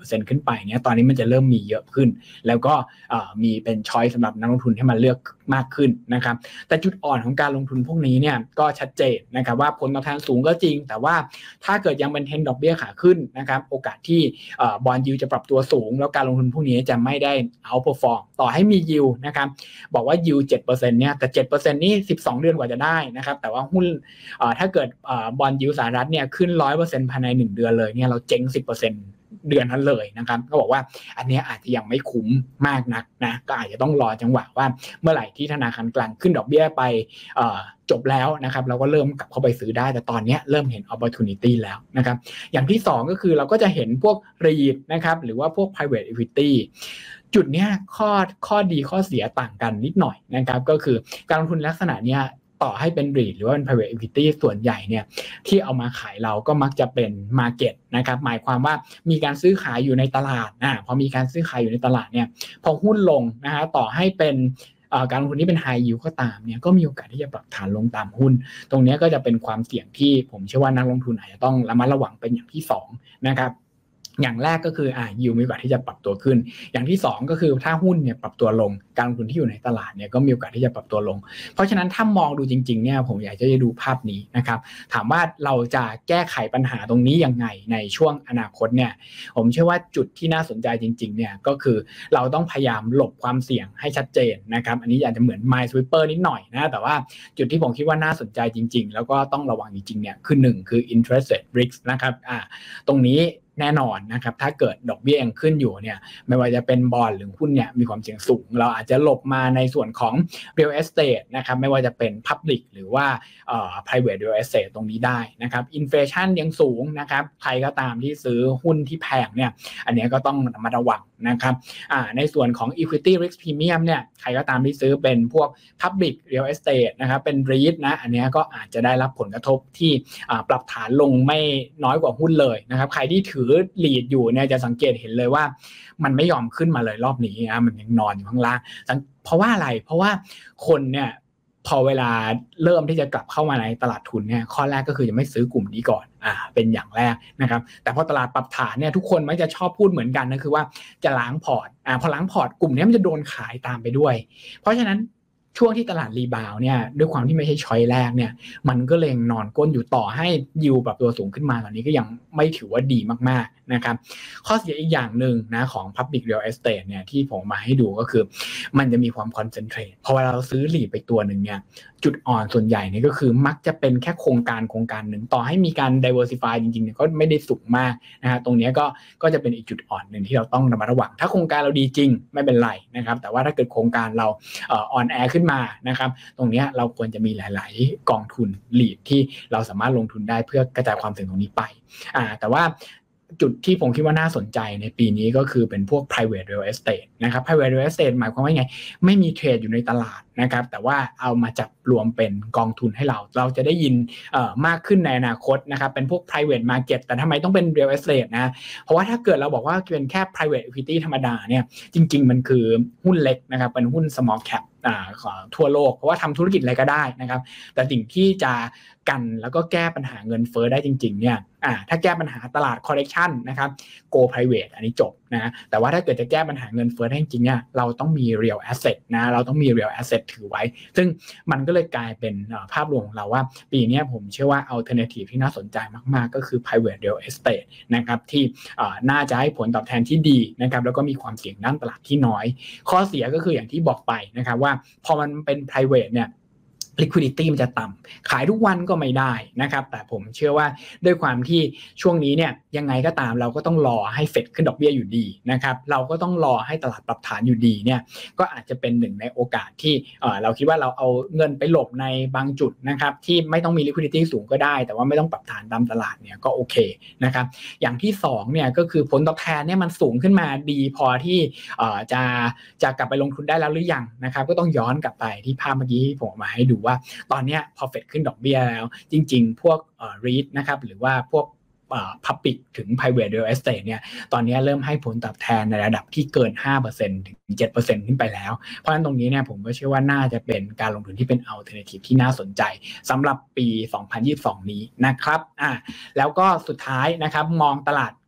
ไปเนี่ยตอนนี้มันจะเริ่มมีเยอะขึ้นแล้วก็มีเป็นช้อยสำหรับนักลงทุนให้มาเลือกมากขึ้นนะครับแต่จุดอ่อนของการลงทุนพวกนี้เนี่ยก็ชัดเจนนะครับว่าผลตอบแทนสูงก็จริงแต่ว่าถ้าเกิดยังเป็นเทรนด์ดอกเบี้ยขาขึ้นนะครับโอกาสที่บอนด์ยิลด์จะปรับตัวสูงแล้วการลงทุนพวกนี้จะไม่ได้เอาท์เพอร์ฟอร์มต่อให้มียิลด์นะครับบอกว่ายิลด์ 7% เนี่ยแต่ 7% นี่12เดือนกว่าจะได้นะครับแต่ว่าหุ้นถ้าเกิดบอนด์ยิลด์สหรัฐเนี่ยขึ้น 100% ภายใน1เดือนเลยเนี่ยเราเจ๊ง 10%เดือนนั้นเลยนะครับก็บอกว่าอันนี้อาจจะยังไม่คุ้มมากนักนะก็อาจจะต้องรอจังหวะว่าเมื่อไหร่ที่ธนาคารกลางขึ้นดอกเบี้ยไปจบแล้วนะครับเราก็เริ่มกลับเข้าไปซื้อได้แต่ตอนนี้เริ่มเห็น opportunity แล้วนะครับอย่างที่2ก็คือเราก็จะเห็นพวก REIT นะครับหรือว่าพวก private equity จุดเนี้ยข้อดีข้อเสียต่างกันนิดหน่อยนะครับก็คือการลงทุนลักษณะเนี้ยต่อให้เป็น REIT หรือว่าเป็น private equity ส่วนใหญ่เนี่ยที่เอามาขายเราก็มักจะเป็น market นะครับหมายความว่ามีการซื้อขายอยู่ในตลาดพอมีการซื้อขายอยู่ในตลาดเนี่ยพอหุ้นลงนะฮะต่อให้เป็นการลงทุนที่เป็น high yield ก็ตามเนี่ยก็มีโอกาสที่จะปรับฐานลงตามหุ้นตรงนี้ก็จะเป็นความเสี่ยงที่ผมเชื่อว่านักลงทุนอาจจะต้องระมัดระวังเป็นอย่างที่2นะครับอย่างแรกก็คือยิวมีโอกาสที่จะปรับตัวขึ้นอย่างที่2ก็คือถ้าหุ้นเนี่ยปรับตัวลงการลงทุนที่อยู่ในตลาดเนี่ยก็มีโอกาสที่จะปรับตัวลงเพราะฉะนั้นถ้ามองดูจริงๆเนี่ยผมอยากจะดูภาพนี้นะครับถามว่าเราจะแก้ไขปัญหาตรงนี้ยังไงในช่วงอนาคตเนี่ยผมเชื่อว่าจุดที่น่าสนใจจริงๆเนี่ยก็คือเราต้องพยายามหลบความเสี่ยงให้ชัดเจนนะครับอันนี้อาจจะเหมือน Minesweeper นิดหน่อยนะแต่ว่าจุดที่ผมคิดว่าน่าสนใจจริงๆแล้วก็ต้องระวังจริงๆเนี่ยคือ1คือ interest rate risk นะครับตรงนี้แน่นอนนะครับถ้าเกิดดอกเบี้ยยังขึ้นอยู่เนี่ยไม่ว่าจะเป็นบอนด์หรือหุ้นเนี่ยมีความเสี่ยงสูงเราอาจจะหลบมาในส่วนของ real estate นะครับไม่ว่าจะเป็น public หรือว่าprivate real estate ตรงนี้ได้นะครับอินเฟลชันยังสูงนะครับใครก็ตามที่ซื้อหุ้นที่แพงเนี่ยอันนี้ก็ต้องระมัดระวังนะครับในส่วนของ equity risk premium เนี่ยใครก็ตามที่ซื้อเป็นพวก public real estate นะครับเป็น REIT นะอันนี้ก็อาจจะได้รับผลกระทบที่ปรับฐานลงไม่น้อยกว่าหุ้นเลยนะครับใครที่ถือ lead อยู่เนี่ยจะสังเกตเห็นเลยว่ามันไม่ยอมขึ้นมาเลยรอบนี้นะมันยังนอนอยู่ข้างล่างเพราะว่าอะไรเพราะว่าคนเนี่ยพอเวลาเริ่มที่จะกลับเข้ามาในตลาดทุนเนี่ยข้อแรกก็คือจะไม่ซื้อกลุ่มนี้ก่อนเป็นอย่างแรกนะครับแต่พอตลาดปรับฐานเนี่ยทุกคนมักจะชอบพูดเหมือนกันนะคือว่าจะล้างพอร์ตพอล้างพอร์ตกลุ่มนี้มันจะโดนขายตามไปด้วยเพราะฉะนั้นช่วงที่ตลาดรีบาวเนี่ยด้วยความที่ไม่ใช่ช้อยแรกเนี่ยมันก็เลยนอนก้นอยู่ต่อให้ยิวปรับตัวสูงขึ้นมาตอนนี้ก็ยังไม่ถือว่าดีมากๆนะครับข้อเสียอีกอย่างหนึ่งนะของ Public Real Estate เนี่ยที่ผมมาให้ดูก็คือมันจะมีความคอนเซนเทรตพอเวลาเราซื้อหลีดไปตัวหนึ่งเนี่ยจุดอ่อนส่วนใหญ่เนี่ยก็คือมักจะเป็นแค่โครงการหนึ่งต่อให้มีการ diversify จริงๆเนี่ยก็ไม่ได้สูงมากนะฮะตรงนี้ก็จะเป็นอีกจุดอ่อนหนึ่งที่เราต้องระมัดระวังถ้าโครงการเราดีจริงไม่เป็นไรนะครับแต่ว่าถ้าเกิดโครงการเราon air ขึ้นมานะครับตรงนี้เราควรจะมีหลายๆกองทุนหลีดที่เราสามารถลงทุนได้เพื่อกระจายความเสี่ยงตรงนี้ไปแต่ว่าจุดที่ผมคิดว่าน่าสนใจในปีนี้ก็คือเป็นพวก private real estate นะครับ private real estate หมายความว่าไงไม่มีเทรดอยู่ในตลาดนะครับแต่ว่าเอามาจับรวมเป็นกองทุนให้เราจะได้ยินมากขึ้นในอนาคตนะครับเป็นพวก private market แต่ทำไมต้องเป็น real estate นะเพราะว่าถ้าเกิดเราบอกว่าเป็นแค่ private equity ธรรมดาเนี่ยจริงๆมันคือหุ้นเล็กนะครับเป็นหุ้น small cap ทั่วโลกเพราะว่าทำธุรกิจอะไรก็ได้นะครับแต่สิ่งที่จะกันแล้วก็แก้ปัญหาเงินเฟ้อได้จริงๆเนี่ยถ้าแก้ปัญหาตลาด correction นะครับ go private อันนี้จบนะแต่ว่าถ้าเกิดจะแก้ปัญหาเงินเฟ้อได้จริงๆเนี่ยเราต้องมี real asset นะเราต้องมี real asset ถือไว้ซึ่งมันก็เลยกลายเป็นภาพรวมของเราว่าปีนี้ผมเชื่อว่า alternative ที่น่าสนใจมากๆก็คือ private real estate นะครับที่น่าจะให้ผลตอบแทนที่ดีนะครับแล้วก็มีความเสี่ยงด้านตลาดที่น้อยข้อเสียก็คืออย่างที่บอกไปนะครับว่าพอมันเป็น private เนี่ย liquidity มันจะต่ำขายทุกวันก็ไม่ได้นะครับแต่ผมเชื่อว่าด้วยความที่ช่วงนี้เนี่ยยังไงก็ตามเราก็ต้องรอให้เฟดขึ้นดอกเบี้ยอยู่ดีนะครับเราก็ต้องรอให้ตลาดปรับฐานอยู่ดีเนี่ยก็อาจจะเป็นหนึ่งในโอกาสที่เราคิดว่าเราเอาเงินไปหลบในบางจุดนะครับที่ไม่ต้องมี liquidity สูงก็ได้แต่ว่าไม่ต้องปรับฐานตามตลาดเนี่ยก็โอเคนะครับอย่างที่2เนี่ยก็คือผลตอบแทนเนี่ยมันสูงขึ้นมาดีพอที่จะกลับไปลงทุนได้แล้วหรือยังนะครับก็ต้องย้อนกลับไปที่ภาพเมื่อกี้ที่ผมมาให้ดูว่าตอนนี้พอเฟดขึ้นดอกเบี้ยแล้วจริงๆพวกREIT นะครับหรือว่าพวกpublic ถึง private real estate เนี่ยตอนนี้เริ่มให้ผลตอบแทนในระดับที่เกิน 5% ถึง 7% ขึ้นไปแล้วเพราะฉะนั้นตรงนี้เนี่ยผมก็เชื่อว่าน่าจะเป็นการลงทุนที่เป็น alternative ที่น่าสนใจสำหรับปี 2022 นี้นะครับแล้วก็สุดท้ายนะครับมองตลาด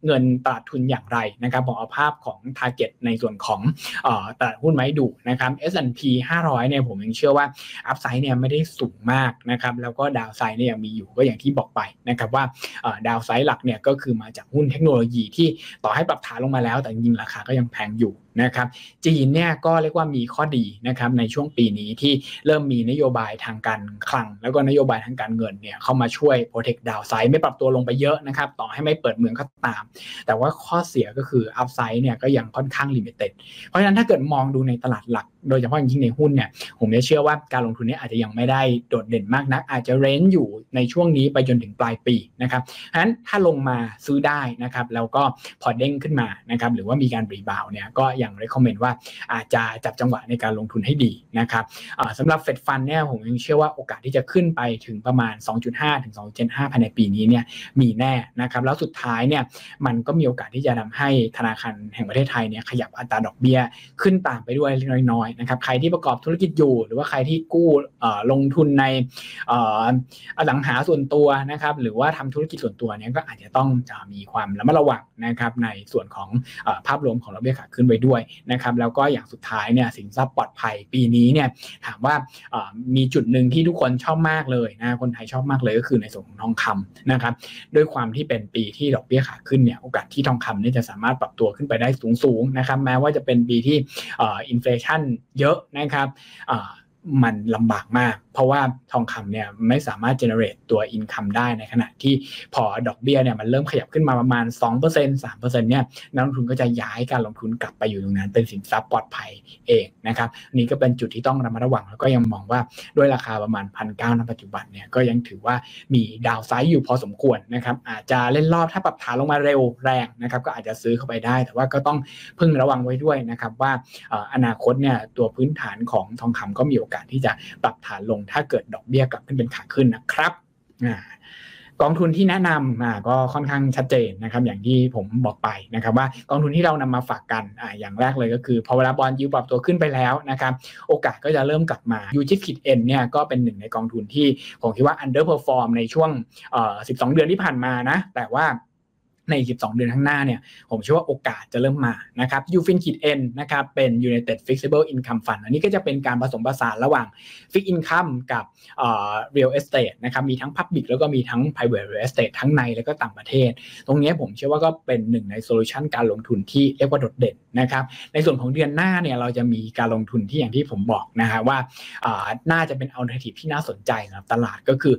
เงินตลาดทุนอย่างไรนะครับผมเอาภาพของ target ในส่วนของตลาดหุ้นมาให้ดูนะครับ S&P 500เนี่ยผมยังเชื่อว่า upside เนี่ยไม่ได้สูงมากนะครับแล้วก็ downside เนี่ยยังมีอยู่ก็อย่างที่บอกไปนะครับว่าdownside หลักเนี่ยก็คือมาจากหุ้นเทคโนโลยีที่ต่อให้ปรับฐานลงมาแล้วแต่จริงๆราคาก็ยังแพงอยู่นะครับจีนเนี่ยก็เรียกว่ามีข้อดีนะครับในช่วงปีนี้ที่เริ่มมีนโยบายทางการคลังแล้วก็นโยบายทางการเงินเนี่ยเข้ามาช่วย protect downside ไม่ปรับตัวลงไปเยอะนะครับต่อให้ไม่เปิดเมืองก็ตามแต่ว่าข้อเสียก็คือ upside เนี่ยก็ยังค่อนข้าง limited เพราะฉะนั้นถ้าเกิดมองดูในตลาดหลักโดยเฉพาะอย่างยิ่งในหุ้นเนี่ยผมเชื่อว่าการลงทุนเนี่ยอาจจะยังไม่ได้โดดเด่นมากนักอาจจะเรนจ์อยู่ในช่วงนี้ไปจนถึงปลายปีนะครับฉะนั้นถ้าลงมาซื้อได้นะครับแล้วก็พอเด้งขึ้นมานะครับหรือว่ามีการรีบาวเนี่ยก็ยัง recommend ว่าอาจจะจับจังหวะในการลงทุนให้ดีนะครับสำหรับ Fed Fund เนี่ยผมยังเชื่อว่าโอกาสที่จะขึ้นไปถึงประมาณ 2.5 ถึง 2.75 ภายในปีนี้เนี่ยมีแน่นะครับแล้วสุดท้ายเนี่ยมันก็มีโอกาสที่จะทำให้ธนาคารแห่งประเทศไทยเนี่ยขยับอัตราดอกเบี้ยขึ้นตามไปด้วยเล็กน้อยๆนะครับใครที่ประกอบธุรกิจอยู่หรือว่าใครที่กู้ลงทุนในอสังหาส่วนตัวนะครับหรือว่าทำธุรกิจส่วนตัวเนี่ยก็อาจจะต้องมีความระมัดระวังนะครับในส่วนของภาพรวมของดอกเบี้ยขาขึ้นไปด้วยนะครับแล้วก็อย่างสุดท้ายเนี่ยสินทรัพย์ปลอดภัยปีนี้เนี่ยถามว่ามีจุดหนึ่งที่ทุกคนชอบมากเลยนะคนไทยชอบมากเลยก็คือในส่วนของทองคำนะครับด้วยความที่เป็นปีที่ดอกเบี้ยขาขึ้นเนี่ยโอกาสที่ทองคำเนี่ยจะสามารถปรับตัวขึ้นไปได้สูงๆนะครับแม้ว่าจะเป็นปีที่อินเฟลชันเยอะนะครับมันลำบากมากเพราะว่าทองคำเนี่ยไม่สามารถ generate ตัว income ได้ในขณะที่พอดอกเบี้ยเนี่ยมันเริ่มขยับขึ้นมาประมาณ 2% 3% เนี่ยนักลงทุนก็จะย้ายการลงทุนกลับไปอยู่ตรงนั้นเป็นสินทรัพย์ปลอดภัยเองนะครับนี่ก็เป็นจุดที่ต้องระมัดระวังแล้วก็ยังมองว่าด้วยราคาประมาณ 1,900 ณ ปัจจุบันเนี่ยก็ยังถือว่ามีดาวไซด์อยู่พอสมควรนะครับอาจจะเล่นรอบถ้าปรับฐานลงมาเร็วแรงนะครับก็อาจจะซื้อเข้าไปได้แต่ว่าก็ต้องพึงระวังไว้ด้วยนะครับว่าอนาคตเนี่ยตัวพื้นฐานของทองคำก็มีโอกาสที่จะปรับฐานลงถ้าเกิดดอกเบี้ยกลับขึ้นเป็นขาขึ้นนะครับกองทุนที่แนะนำก็ค่อนข้างชัดเจนนะครับอย่างที่ผมบอกไปนะครับว่ากองทุนที่เรานำมาฝากกันอย่างแรกเลยก็คือพอเวลาบอนด์ยิลด์ปรับตัวขึ้นไปแล้วนะครับโอกาสก็จะเริ่มกลับมา UGIP-N เนี่ยก็เป็นหนึ่งในกองทุนที่ผมคิดว่า underperform ในช่วง12 เดือนที่ผ่านมานะแต่ว่าใน12 เดือนข้างหน้าเนี่ยผมเชื่อว่าโอกาสจะเริ่มมานะครับ UFIN-N นะครับเป็น United Flexible Income Fund อันนี้ก็จะเป็นการผสมผสานระหว่าง Fixed Income กับReal Estate นะครับมีทั้ง Public แล้วก็มีทั้ง Private Real Estate ทั้งในและก็ต่างประเทศตรงนี้ผมเชื่อว่าก็เป็นหนึ่งในโซลูชันการลงทุนที่เรียกว่าโดดเด่นนะครับในส่วนของเดือนหน้าเนี่ยเราจะมีการลงทุนที่อย่างที่ผมบอกนะฮะว่าน่าจะเป็น Alternative ที่น่าสนใจสำหรับตลาดก็คือ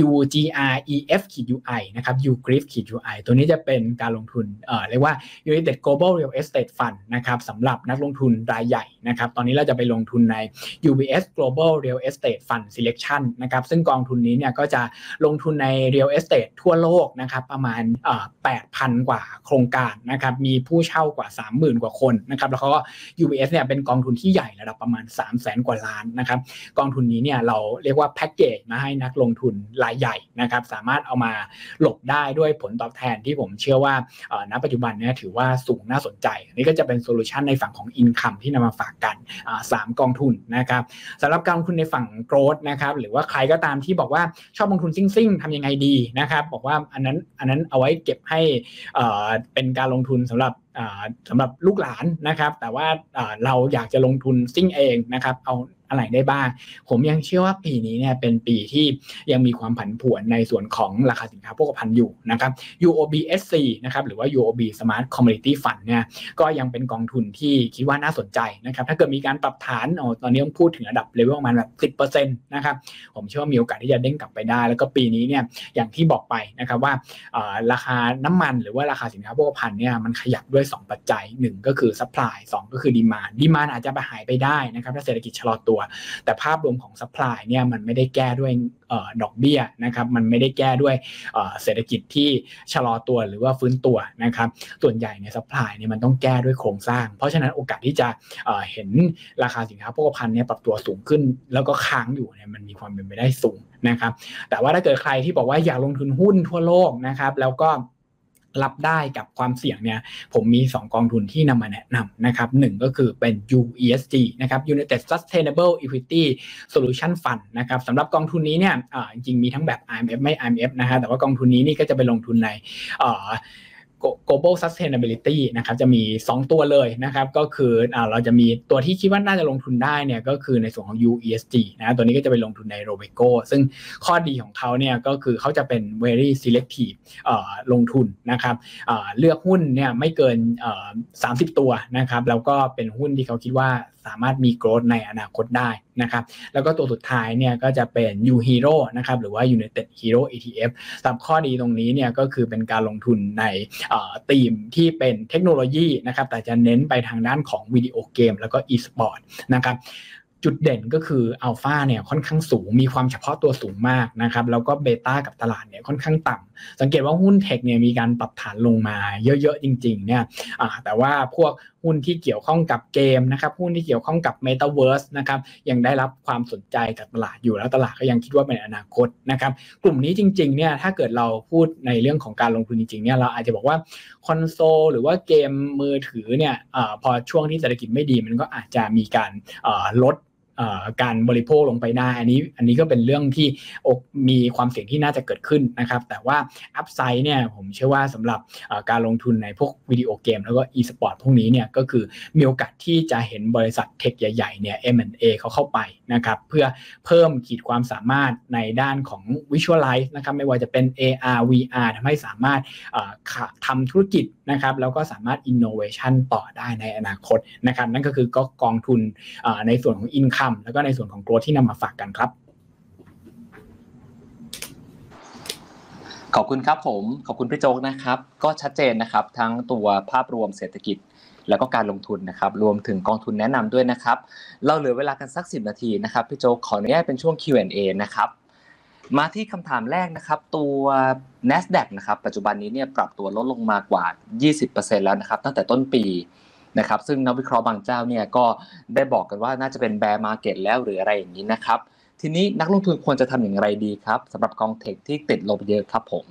UGREF-UI นะครับ UGREF-UI ตัวนี้จะเป็นการลงทุนเรียกว่า United Global Real Estate Fund นะครับสำหรับนักลงทุนรายใหญ่นะครับตอนนี้เราจะไปลงทุนใน UBS Global Real Estate Fund Selection นะครับซึ่งกองทุนนี้เนี่ยก็จะลงทุนใน Real Estate ทั่วโลกนะครับประมาณ8,000 กว่าโครงการนะครับมีผู้เช่ากว่า 30,000 กว่าคนนะครับแล้วก็ UBS เนี่ยเป็นกองทุนที่ใหญ่ระดับประมาณ 300,000 กว่าล้านนะครับกองทุนนี้เนี่ยเราเรียกว่าแพ็คเกจมาให้นักลงทุนรายใหญ่นะครับสามารถเอามาหลบได้ด้วยผลตอบแทนที่ผมเชื่อว่าณปัจจุบันเนี่ยถือว่าสูงน่าสนใจนี่ก็จะเป็นโซลูชันในฝั่งของ Income ที่นำมาฝากกัน3 กองทุนนะครับสำหรับการลงทุนในฝั่ง Growth นะครับหรือว่าใครก็ตามที่บอกว่าชอบลงทุนซิ่งๆทำยังไงดีนะครับบอกว่าอันนั้นเอาไว้เก็บให้เป็นการลงทุนสำหรับลูกหลานนะครับแต่ว่าเราอยากจะลงทุนซิ่งเองนะครับเอาอะไรได้บ้างผมยังเชื่อว่าปีนี้เนี่ยเป็นปีที่ยังมีความผันผวนในส่วนของราคาสินค้าโภคภัณฑ์อยู่นะครับ UOB SC นะครับหรือว่า UOB Smart Commodity Fund เนี่ยก็ยังเป็นกองทุนที่คิดว่าน่าสนใจนะครับถ้าเกิดมีการปรับฐานตอนนี้ต้องพูดถึงระดับเลเวลประมาณแบบ 10% นะครับผมเชื่อว่ามีโอกาสที่จะเด้งกลับไปได้แล้วก็ปีนี้เนี่ยอย่างที่บอกไปนะครับว่าราคาน้ำมันหรือว่าราคาสินค้าโภคภัณฑ์เนี่ยมันขยับด้วย2ปัจจัย1ก็คือ supply 2ก็คือ demand อาจจะหายไปได้นะครับถ้าเศรษฐกิจชะลอตัวแต่ภาพรวมของ supply เนี่ยมันไม่ได้แก้ด้วยดอกเบี้ยนะครับมันไม่ได้แก้ด้วยเศรษฐกิจที่ชะลอตัวหรือว่าฟื้นตัวนะครับส่วนใหญ่ใน supply เนี่ยมันต้องแก้ด้วยโครงสร้างเพราะฉะนั้นโอกาสที่จะเห็นราคาสินค้าโภคภัณฑ์เนี่ยปรับตัวสูงขึ้นแล้วก็ค้างอยู่เนี่ยมันมีความเป็นไปได้สูงนะครับแต่ว่าถ้าเกิดใครที่บอกว่าอยากลงทุนหุ้นทั่วโลกนะครับแล้วก็รับได้กับความเสี่ยงเนี่ยผมมี2กองทุนที่นำมาแนะนำนะครับ1ก็คือเป็น UESG นะครับ United Sustainable Equity Solution Fund นะครับสำหรับกองทุนนี้เนี่ยจริงๆมีทั้งแบบ IMF ไม่ IMF นะฮะแต่ว่ากองทุนนี้นี่ก็จะไปลงทุนใน global sustainability นะครับจะมี2ตัวเลยนะครับก็คือเราจะมีตัวที่คิดว่าน่าจะลงทุนได้เนี่ยก็คือในส่วนของ UESG นะตัวนี้ก็จะไปลงทุนใน Robeco ซึ่งข้อดีของเขาเนี่ยก็คือเขาจะเป็น very selective ลงทุนนะครับเลือกหุ้นเนี่ยไม่เกิน30ตัวนะครับแล้วก็เป็นหุ้นที่เขาคิดว่าสามารถมี growth ในอนาคตได้นะครับแล้วก็ตัวสุดท้ายเนี่ยก็จะเป็น UHERO นะครับหรือว่า United Hero ETF สำหรับข้อดีตรงนี้เนี่ยก็คือเป็นการลงทุนในธีมที่เป็นเทคโนโลยีนะครับแต่จะเน้นไปทางด้านของวิดีโอเกมแล้วก็ e-sport นะครับจุดเด่นก็คืออัลฟาเนี่ยค่อนข้างสูงมีความเฉพาะตัวสูงมากนะครับแล้วก็เบต้ากับตลาดเนี่ยค่อนข้างต่ำสังเกตว่าหุ้นเทคเนี่ยมีการปรับฐานลงมาเยอะๆจริงๆเนี่ยแต่ว่าพวกหุ้นที่เกี่ยวข้องกับเกมนะครับหุ้นที่เกี่ยวข้องกับ Metaverse นะครับยังได้รับความสนใจจากตลาดอยู่แล้วตลาดก็ยังคิดว่าเป็นอนาคตนะครับกลุ่มนี้จริงๆเนี่ยถ้าเกิดเราพูดในเรื่องของการลงทุนจริงๆเนี่ยเราอาจจะบอกว่าคอนโซลหรือว่าเกมมือถือเนี่ยพอช่วงที่เศรษฐกิจไม่ดีมันก็อาจจะมีการลดการบริโภคลงไปได้อันนี้ก็เป็นเรื่องที่มีความเสี่ยงที่น่าจะเกิดขึ้นนะครับแต่ว่าอัพไซด์เนี่ยผมเชื่อว่าสำหรับการลงทุนในพวกวิดีโอเกมแล้วก็ e-sport พวกนี้เนี่ยก็คือมีโอกาสที่จะเห็นบริษัทเทคใหญ่ๆเนี่ย M&A เขาเข้าไปนะครับเพื่อเพิ่มขีดความสามารถในด้านของ Visualize นะครับไม่ว่าจะเป็น AR VR ทำให้สามารถทำธุรกิจนะครับแล้วก็สามารถ innovation ต่อได้ในอนาคตนะครับนั่นก็คือกองทุนในส่วนของ income แล้วก็ในส่วนของ growth ที่นำมาฝากกันครับขอบคุณครับผมขอบคุณพี่โจ๊กนะครับก็ชัดเจนนะครับทั้งตัวภาพรวมเศรษฐกิจแล้วก็การลงทุนนะครับรวมถึงกองทุนแนะนำด้วยนะครับเราเหลือเวลากันสัก10นาทีนะครับพี่โจ๊กขออนุญาตเป็นช่วง Q&A นะครับมาที่คำถามแรกนะครับตัว NASDAQ นะครับปัจจุบันนี้เนี่ยปรับตัวลดลงมากว่า 20% แล้วนะครับตั้งแต่ต้นปีนะครับซึ่งนักวิเคราะห์บางเจ้าเนี่ยก็ได้บอกกันว่าน่าจะเป็น bear market แล้วหรืออะไรอย่างนี้นะครับทีนี้นักลงทุนควรจะทำอย่างไรดีครับสำหรับกองเทคที่ติดลบเยอะครับผม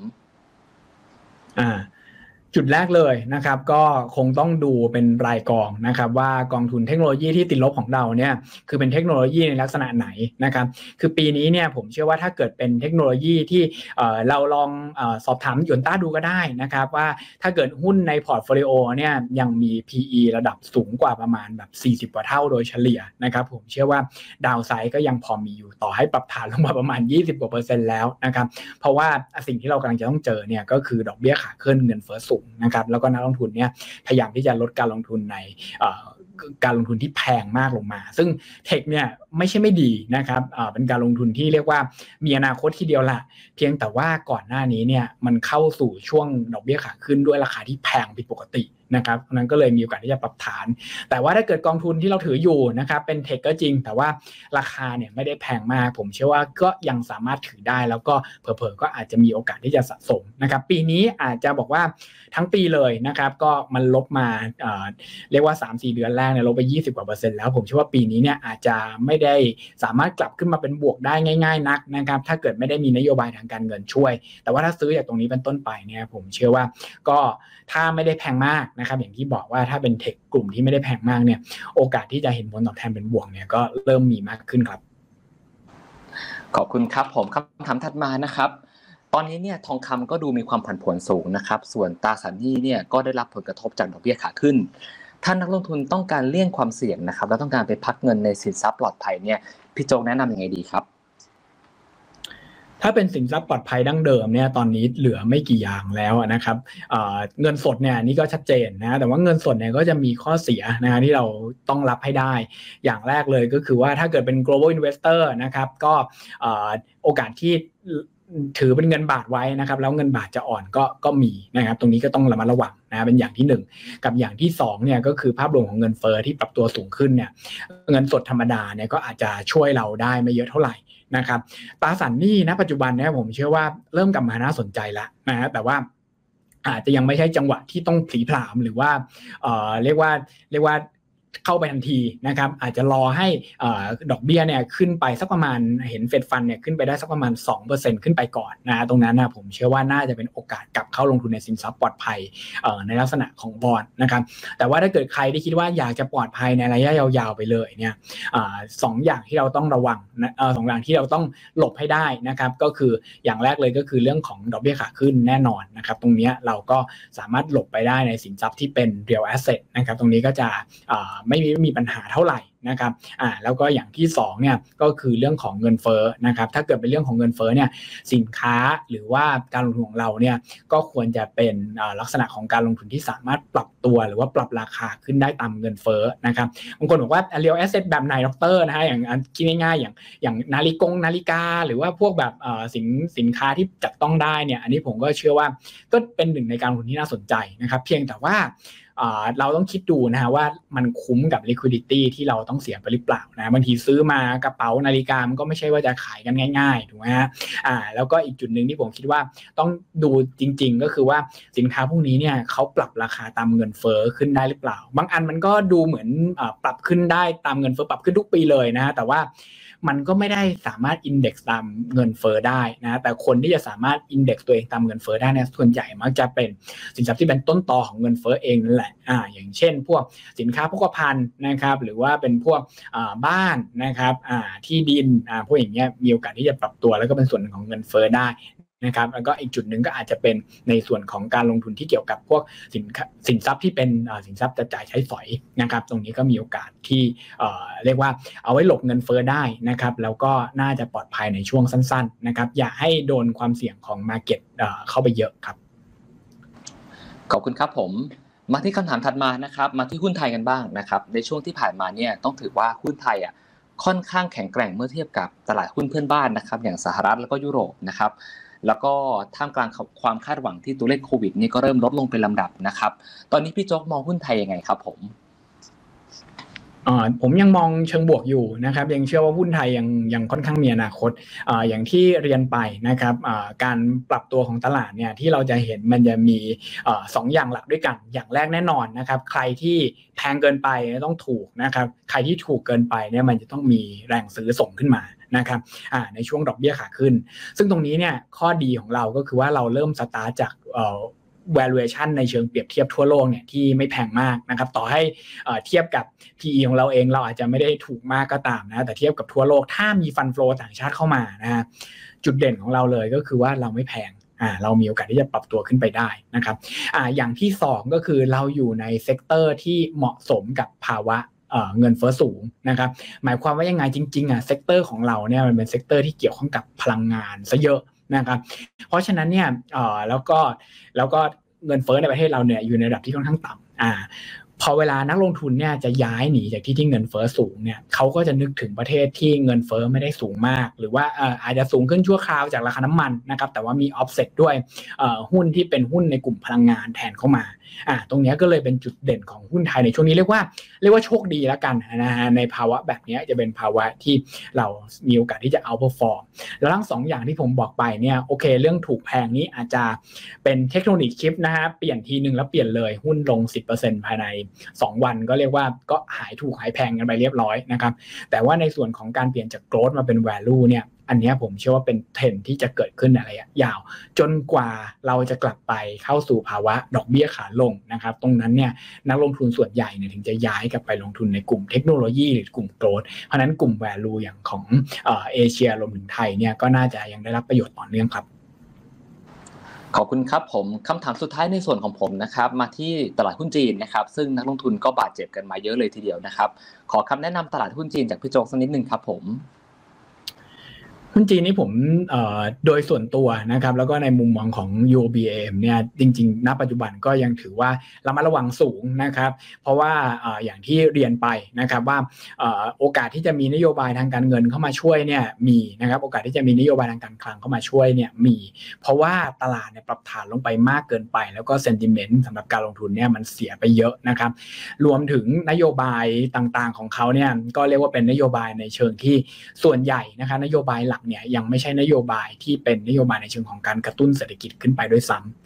จุดแรกเลยนะครับก็คงต้องดูเป็นรายกองนะครับว่ากองทุนเทคโนโลยีที่ติดลบของเราเนี่ยคือเป็นเทคโนโลยีในลักษณะไหนนะครับคือปีนี้เนี่ยผมเชื่อว่าถ้าเกิดเป็นเทคโนโลยีที่เราลองสอบถามหยวนต้าดูก็ได้นะครับว่าถ้าเกิดหุ้นในพอร์ตโฟลิโอเนี่ยยังมี PE ระดับสูงกว่าประมาณแบบ40กว่าเท่าโดยเฉลี่ยนะครับผมเชื่อว่าดาวไซด์ก็ยังพอมีอยู่ต่อให้ปรับฐานลงมาประมาณ20กว่า%แล้วนะครับเพราะว่าสิ่งที่เรากำลังจะต้องเจอเนี่ยก็คือดอกเบี้ยขาขึ้นเงินเฟ้อสูงนะครับแล้วก็นักลงทุนเนี่ยพยายามที่จะลดการลงทุนในการลงทุนที่แพงมากลงมาซึ่งเทคเนี่ยไม่ใช่ไม่ดีนะครับเป็นการลงทุนที่เรียกว่ามีอนาคตทีเดียวละเพียงแต่ว่าก่อนหน้านี้เนี่ยมันเข้าสู่ช่วงดอกเบี้ยขาขึ้นด้วยราคาที่แพงผิดปกตินะครับเพราะนั้นก็เลยมีโอกาสที่จะปรับฐานแต่ว่าถ้าเกิดกองทุนที่เราถืออยู่นะครับเป็นเทคก็จริงแต่ว่าราคาเนี่ยไม่ได้แพงมากผมเชื่อว่าก็ยังสามารถถือได้แล้วก็เผลอๆก็อาจจะมีโอกาสที่จะสะสมนะครับปีนี้อาจจะบอกว่าทั้งปีเลยนะครับก็มันลบมาเรียกว่า 3-4 เดือนแรกเนี่ยลบไป20กว่า%แล้วผมเชื่อว่าปีนี้เนี่ยอาจจะไม่ได้สามารถกลับขึ้นมาเป็นบวกได้ง่ายๆนักนะครับถ้าเกิดไม่ได้มีนโยบายทางการเงินช่วยแต่ว่าถ้าซื้อจากตรงนี้เป็นต้นไปเนี่ยผมเชื่อว่าก็ถ้าไม่ได้แพงมากนะครับอย่างที่บอกว่าถ้าเป็นเทคกลุ่มที่ไม่ได้แพงมากเนี่ยโอกาสที่จะเห็นผลตอบแทนเป็นบวกเนี่ยก็เริ่มมีมากขึ้นครับขอบคุณครับผมคำถามถัดมานะครับตอนนี้เนี่ยทองคำก็ดูมีความผันผวนสูงนะครับส่วนตราสารหนี้เนี่ยก็ได้รับผลกระทบจากดอกเบี้ยขาขึ้นถ้านักลงทุนต้องการเลี่ยงความเสี่ยงนะครับแล้วต้องการไปพักเงินในสินทรัพย์ปลอดภัยเนี่ยพี่โจ๊กแนะนำยังไงดีครับถ้าเป็นสินทรัพย์ปลอดภัยดั้งเดิมเนี่ยตอนนี้เหลือไม่กี่อย่างแล้วนะครับเงินสดเนี่ยนี่ก็ชัดเจนนะแต่ว่าเงินสดเนี่ยก็จะมีข้อเสียนะที่เราต้องรับให้ได้อย่างแรกเลยก็คือว่าถ้าเกิดเป็น global investor นะครับก็โอกาสที่ถือเป็นเงินบาทไว้นะครับแล้วเงินบาทจะอ่อนก็มีนะครับตรงนี้ก็ต้องระมัดระวังนะเป็นอย่างที่1กับอย่างที่2เนี่ยก็คือภาพรวมของเงินเฟ้อที่ปรับตัวสูงขึ้นเนี่ยเงินสดธรรมดาเนี่ยก็อาจจะช่วยเราได้ไม่เยอะเท่าไหร่นะครับตราสารหนี้ณปัจจุบันเนี่ยผมเชื่อว่าเริ่มกลับมาน่าสนใจแล้วนะแต่ว่าอาจจะยังไม่ใช่จังหวะที่ต้องผลีผลามหรือว่าเรียกว่าเข้าไปทันทีนะครับอาจจะรอให้ดอกเบี้ยเนี่ยขึ้นไปสักประมาณเห็นเฟดฟันเนี่ยขึ้นไปได้สักประมาณ 2% ขึ้นไปก่อนนะตรงนั้นนะผมเชื่อว่าน่าจะเป็นโอกาสกลับเข้าลงทุนในสินทรัพย์ปลอดภัยในลักษณะของบอนด์นะครับแต่ว่าถ้าเกิดใครที่คิดว่าอยากจะปลอดภัยในระยะยาวๆไปเลยเนี่ยสองอย่างที่เราต้องระวังนะสองอย่างที่เราต้องหลบให้ได้นะครับก็คืออย่างแรกเลยก็คือเรื่องของดอกเบี้ยขาขึ้นแน่นอนนะครับตรงนี้เราก็สามารถหลบไปได้ในสินทรัพย์ที่เป็น real asset นะครับตรงนี้ก็จะไม่มีปัญหาเท่าไหร่นะครับแล้วก็อย่างที่2เนี่ยก็คือเรื่องของเงินเฟ้อนะครับถ้าเกิดเป็นเรื่องของเงินเฟ้อเนี่ยสินค้าหรือว่าการลงทุนของเราเนี่ยก็ควรจะเป็นลักษณะของการลงทุนที่สามารถปรับตัวหรือว่าปรับราคาขึ้นได้ตามเงินเฟ้อนะครับบางคนบอกว่า real asset แบบไหนดร.นะฮะอย่างคิดง่ายๆอย่างนาฬิกาหรือว่าพวกแบบสินค้าที่จับต้องได้เนี่ยอันนี้ผมก็เชื่อว่าก็เป็นหนึ่งในการลงทุนที่น่าสนใจนะครับเพียงแต่ว่าเราต้องคิดดูนะฮะว่ามันคุ้มกับ liquidity ที่เราต้องเสียไปหรือเปล่านะบางทีซื้อมากระเป๋านาฬิกามันก็ไม่ใช่ว่าจะขายกันง่ายๆถูกไหมฮะแล้วก็อีกจุดนึงที่ผมคิดว่าต้องดูจริงๆก็คือว่าสินค้าพวกนี้เนี่ยเขาปรับราคาตามเงินเฟ้อขึ้นได้หรือเปล่าบางอันมันก็ดูเหมือนปรับขึ้นได้ตามเงินเฟ้อปรับขึ้นทุกปีเลยนะแต่ว่ามันก็ไม่ได้สามารถอินเด็กซ์ตามเงินเฟ้อได้นะแต่คนที่จะสามารถอินเด็กซ์ตัวเองตามเงินเฟ้อได้เนี่ยส่วนใหญ่มักจะเป็นสินทรัพย์ที่เป็นต้นตอของเงินเฟ้อเองนั่นแหละอย่างเช่นพวกสินค้าโภคภัณฑ์นะครับหรือว่าเป็นพวกบ้านนะครับที่ดินพวกอย่างเงี้ยมีโอกาสที่จะปรับตัวแล้วก็เป็นส่วนหนึ่งของเงินเฟ้อได้นะครับแล้วก็อีกจุดหนึ่งก็อาจจะเป็นในส่วนของการลงทุนที่เกี่ยวกับพวกสินทรัพย์ที่เป็นสินทรัพย์จะจ่ายใช้สอยนะครับตรงนี้ก็มีโอกาสที่เรียกว่าเอาไว้หลบเงินเฟ้อได้นะครับแล้วก็น่าจะปลอดภัยในช่วงสั้นๆนะครับอย่าให้โดนความเสี่ยงของ market เข้าไปเยอะครับขอบคุณครับผมมาที่คำถามถัดมานะครับมาที่หุ้นไทยกันบ้างนะครับในช่วงที่ผ่านมาเนี่ยต้องถือว่าหุ้นไทยค่อนข้างแข็งแกร่งเมื่อเทียบกับตลาดหุ้นเพื่อนบ้านนะครับอย่างสหรัฐแล้วก็ยุโรปนะครับแล้วก็ท่ามกลางความคาดหวังที่ตัวเลขโควิดนี่ก็เริ่มลดลงเป็นลำดับนะครับตอนนี้พี่โจ๊กมองหุ้นไทยยังไงครับผมยังมองเชิงบวกอยู่นะครับยังเชื่อว่าหุ้นไทยยังค่อนข้างมีอนาคตอย่างที่เรียนไปนะครับการปรับตัวของตลาดเนี่ยที่เราจะเห็นมันจะมี2อย่างหลักด้วยกันอย่างแรกแน่นอนนะครับใครที่แพงเกินไปต้องถูกนะครับใครที่ถูกเกินไปเนี่ยมันจะต้องมีแรงซื้อส่งขึ้นมานะครับในช่วงดอกเบี้ยขาขึ้นซึ่งตรงนี้เนี่ยข้อดีของเราก็คือว่าเราเริ่มสตาร์ทจากvaluation ในเชิงเปรียบเทียบทั่วโลกเนี่ยที่ไม่แพงมากนะครับต่อให้เทียบกับ PE ของเราเองเราอาจจะไม่ได้ถูกมากก็ตามนะแต่เทียบกับทั่วโลกถ้ามีฟันโฟลต่างชาติเข้ามานะฮะจุดเด่นของเราเลยก็คือว่าเราไม่แพงเรามีโอกาสที่จะปรับตัวขึ้นไปได้นะครับอย่างที่2ก็คือเราอยู่ในเซกเตอร์ที่เหมาะสมกับภาวะเงินเฟ้อสูงนะครับหมายความว่ายังไงจริงๆเซกเตอร์ของเราเนี่ยมันเป็นเซกเตอร์ที่เกี่ยวข้องกับพลังงานซะเยอะนะครับเพราะฉะนั้นเนี่ยแล้วก็เงินเฟ้อในประเทศเราเนี่ยอยู่ในระดับที่ค่อนข้างต่ำพอเวลานักลงทุนเนี่ยจะย้ายหนีจากที่เงินเฟ้อสูงเนี่ยเขาก็จะนึกถึงประเทศที่เงินเฟ้อไม่ได้สูงมากหรือว่าอาจจะสูงขึ้นชั่วคราวจากราคาน้ำมันนะครับแต่ว่ามี offset ด้วยหุ้นที่เป็นหุ้นในกลุ่มพลังงานแทนเข้ามาตรงนี้ก็เลยเป็นจุดเด่นของหุ้นไทยในช่วงนี้เรียกว่าโชคดีแล้วกันนะฮะในภาวะแบบนี้จะเป็นภาวะที่เรามีโอกาสที่จะ outperform แล้วทั้ง2อย่างที่ผมบอกไปเนี่ยโอเคเรื่องถูกแพงนี้อาจจะเป็นเทคโนโลยีชิปนะฮะเปลี่ยนทีนึงแล้วเปลี่ยนเลยหุ้นลง 10% ภายใน2วันก็เรียกว่าก็หายถูกหายแพงกันไปเรียบร้อยนะครับแต่ว่าในส่วนของการเปลี่ยนจาก growth มาเป็น value เนี่ยอันนี้ผมเชื่อว่าเป็นเทรนด์ที่จะเกิดขึ้นในระยะยาวจนกว่าเราจะกลับไปเข้าสู่ภาวะดอกเบี้ยขาลงนะครับตรงนั้นเนี่ยนักลงทุนส่วนใหญ่เนี่ยถึงจะย้ายกลับไปลงทุนในกลุ่มเทคโนโลยีหรือกลุ่ม growth เพราะนั้นกลุ่ม value อย่างของเอเชียรวมถึงไทยเนี่ยก็น่าจะยังได้รับประโยชน์ต่อเนื่องครับขอบคุณครับผมคำถามสุดท้ายในส่วนของผมนะครับมาที่ตลาดหุ้นจีนนะครับซึ่งนักลงทุนก็บาดเจ็บกันมาเยอะเลยทีเดียวนะครับขอคำแนะนำตลาดหุ้นจีนจากพี่โจ๊กสักนิดนึงครับผมหุ้นจีนนี่ผมโดยส่วนตัวนะครับแล้วก็ในมุมมองของ UOBM เนี่ยจริงๆณปัจจุบันก็ยังถือว่าระมัดระวังสูงนะครับเพราะว่าอย่างที่เรียนไปนะครับว่าโอกาสที่จะมีนโยบายทางการเงินเข้ามาช่วยเนี่ยมีนะครับโอกาสที่จะมีนโยบายทางการคลังเข้ามาช่วยเนี่ยมีเพราะว่าตลาดเนี่ยปรับฐานลงไปมากเกินไปแล้วก็เซนติเมนต์สำหรับการลงทุนเนี่ยมันเสียไปเยอะนะครับรวมถึงนโยบายต่างๆของเขาเนี่ยก็เรียกว่าเป็นนโยบายในเชิงที่ส่วนใหญ่นะครับนโยบายหลักเนี่ยยังไม่ใช่นโยบายที่เป็นนโยบายในเชิงของการกระตุ้นเศรษฐกิจขึ้นไปด้วยซ้ำ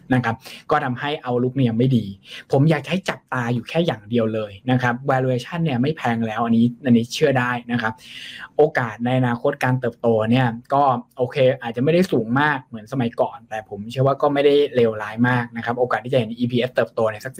นะครับก็ทำให้เอาลุกเนี่ยไม่ดีผมอยากให้จับตาอยู่แค่อย่างเดียวเลยนะครับ valuation เนี่ยไม่แพงแล้วอันนี้เชื่อได้นะครับโอกาสในอนาคตการเติบโตเนี่ยก็โอเคอาจจะไม่ได้สูงมากเหมือนสมัยก่อนแต่ผมเชื่อว่าก็ไม่ได้เลวร้ายมากนะครับโอกาสที่จะเห็น EPS เติบโตเนี่ยสัก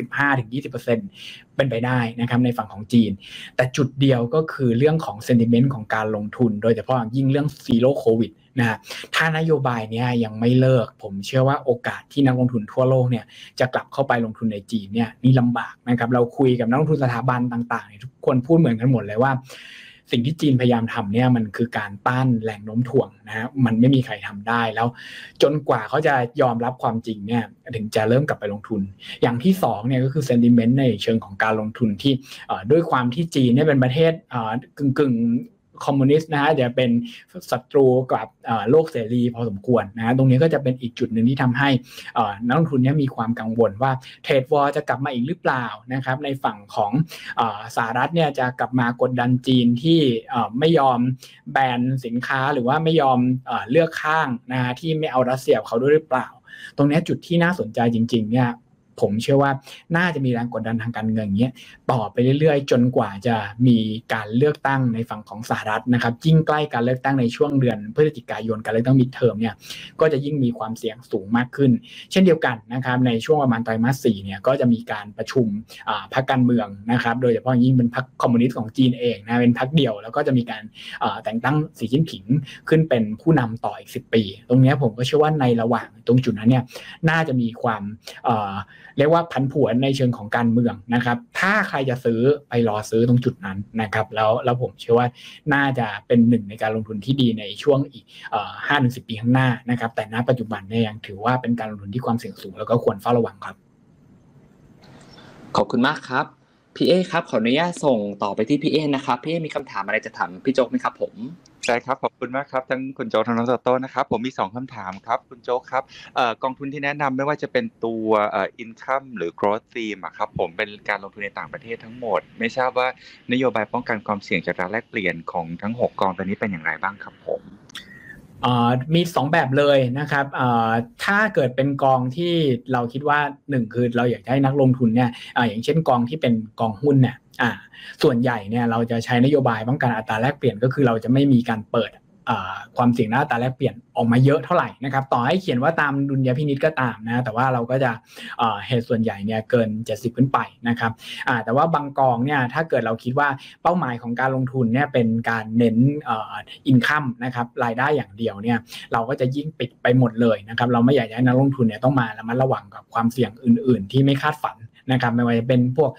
15-20% เป็นไปได้นะครับในฝั่งของจีนแต่จุดเดียวก็คือเรื่องของ sentiment ของการลงทุนโดยเฉพาะยิ่งเรื่อง zero covid นะฮะถ้านโยบายเนี่ยยังไม่เลิกผมเชื่อว่าโอกาสที่นักลงทุนทั่วโลกเนี่ยจะกลับเข้าไปลงทุนในจีนเนี่ยนี่ลำบากนะครับเราคุยกับนักลงทุนสถาบันต่างๆทุกคนพูดเหมือนกันหมดเลยว่าสิ่งที่จีนพยายามทำเนี่ยมันคือการต้านแรงโน้มถ่วงนะฮะมันไม่มีใครทำได้แล้วจนกว่าเขาจะยอมรับความจริงเนี่ยถึงจะเริ่มกลับไปลงทุนอย่างที่สองเนี่ยก็คือ sentiment ในเชิงของการลงทุนที่ด้วยความที่จีนเนี่ยเป็นประเทศกึ่งคอมมิวนิสต์นะฮะจะเป็นศัตรูกับโลกเสรีพอสมควรนะตรงนี้ก็จะเป็นอีกจุดหนึ่งที่ทำให้นักลงทุนเนี่ยมีความกังวลว่าเทรดวอร์จะกลับมาอีกหรือเปล่านะครับในฝั่งของสหรัฐเนี่ยจะกลับมากดดันจีนที่ไม่ยอมแบนสินค้าหรือว่าไม่ยอมเลือกข้างนะฮะที่ไม่เอารัสเซียเขาด้วยหรือเปล่าตรงนี้จุดที่น่าสนใจจริงๆเนี่ยผมเชื่อว่าน่าจะมีแรงกดดันทางการเงินอย่างเงี้ยต่อไปเรื่อยๆจนกว่าจะมีการเลือกตั้งในฝั่งของสหรัฐนะครับยิ่งใกล้การเลือกตั้งในช่วงเดือนพฤศจิกายนการเลือกตั้งมิดเทอมเนี่ยก็จะยิ่งมีความเสี่ยงสูงมากขึ้นเช่นเดียวกันนะครับในช่วงประมาณไตรมาส 4เนี่ยก็จะมีการประชุมพรรคการเมืองนะครับโดยเฉพาะยิ่งเป็นพรรคคอมมิวนิสต์ของจีนเองนะเป็นพรรคเดียวแล้วก็จะมีการแต่งตั้งสีจิ้นผิงขึ้นเป็นผู้นำต่ออีก10 ปีตรงนี้ผมก็เชื่อว่าในระหว่างตรงจุดนั้นเนี่ยน่าจะมีความเรียกว่าผันผวนในเชิงของการเมืองนะครับถ้าใครจะซื้อไปรอซื้อตรงจุดนั้นนะครับแล้วผมเชื่อว่าน่าจะเป็นหนึ่งในการลงทุนที่ดีในช่วงอีก5-10 ปีข้างหน้านะครับแต่ณปัจจุบันเนี่ยยังถือว่าเป็นการลงทุนที่ความเสี่ยงสูงแล้วก็ควรเฝ้าระวังครับขอบคุณมากครับพี่เอครับขออนุญาตส่งต่อไปที่พี่เอนะครับพี่เอมีคำถามอะไรจะถามพี่โจ๊กไหมครับผมใช่ครับขอบคุณมากครับทั้งคุณโจ๊กทั้งน้องโตโต้นะครับผมมี2คำถามครับคุณโจ๊กครับกองทุนที่แนะนำไม่ว่าจะเป็นตัวincome หรือ growth theme อะครับผมเป็นการลงทุนในต่างประเทศทั้งหมดไม่ทราบว่านโยบายป้องกันความเสี่ยงจากการแลกเปลี่ยนของทั้ง6กองตัวนี้เป็นอย่างไรบ้างครับผมมี2แบบเลยนะครับถ้าเกิดเป็นกองที่เราคิดว่า1คือเราอยากให้นักลงทุนเนี่ยอย่างเช่นกองที่เป็นกองหุ้นเนี่ยส่วนใหญ่เนี่ยเราจะใช้นโยบายป้องกันอัตราแลกเปลี่ยนก็คือเราจะไม่มีการเปิดความเสี่ยงอัตราแลกเปลี่ยนออกมาเยอะเท่าไหร่นะครับต่อให้เขียนว่าตามดุลยพินิจก็ตามนะแต่ว่าเราก็จะเหตุส่วนใหญ่เนี่ยเกิน70ขึ้นไปนะครับแต่ว่าบางกองเนี่ยถ้าเกิดเราคิดว่าเป้าหมายของการลงทุนเนี่ยเป็นการเน้นอินคัมนะครับรายได้อย่างเดียวเนี่ยเราก็จะยิ่งปิดไปหมดเลยนะครับเราไม่อยากให้นักลงทุนเนี่ยต้องมาระมัดระวังกับความเสี่ยงอื่นๆที่ไม่คาดฝันนะครับไม่ว่าจะเป็นพวก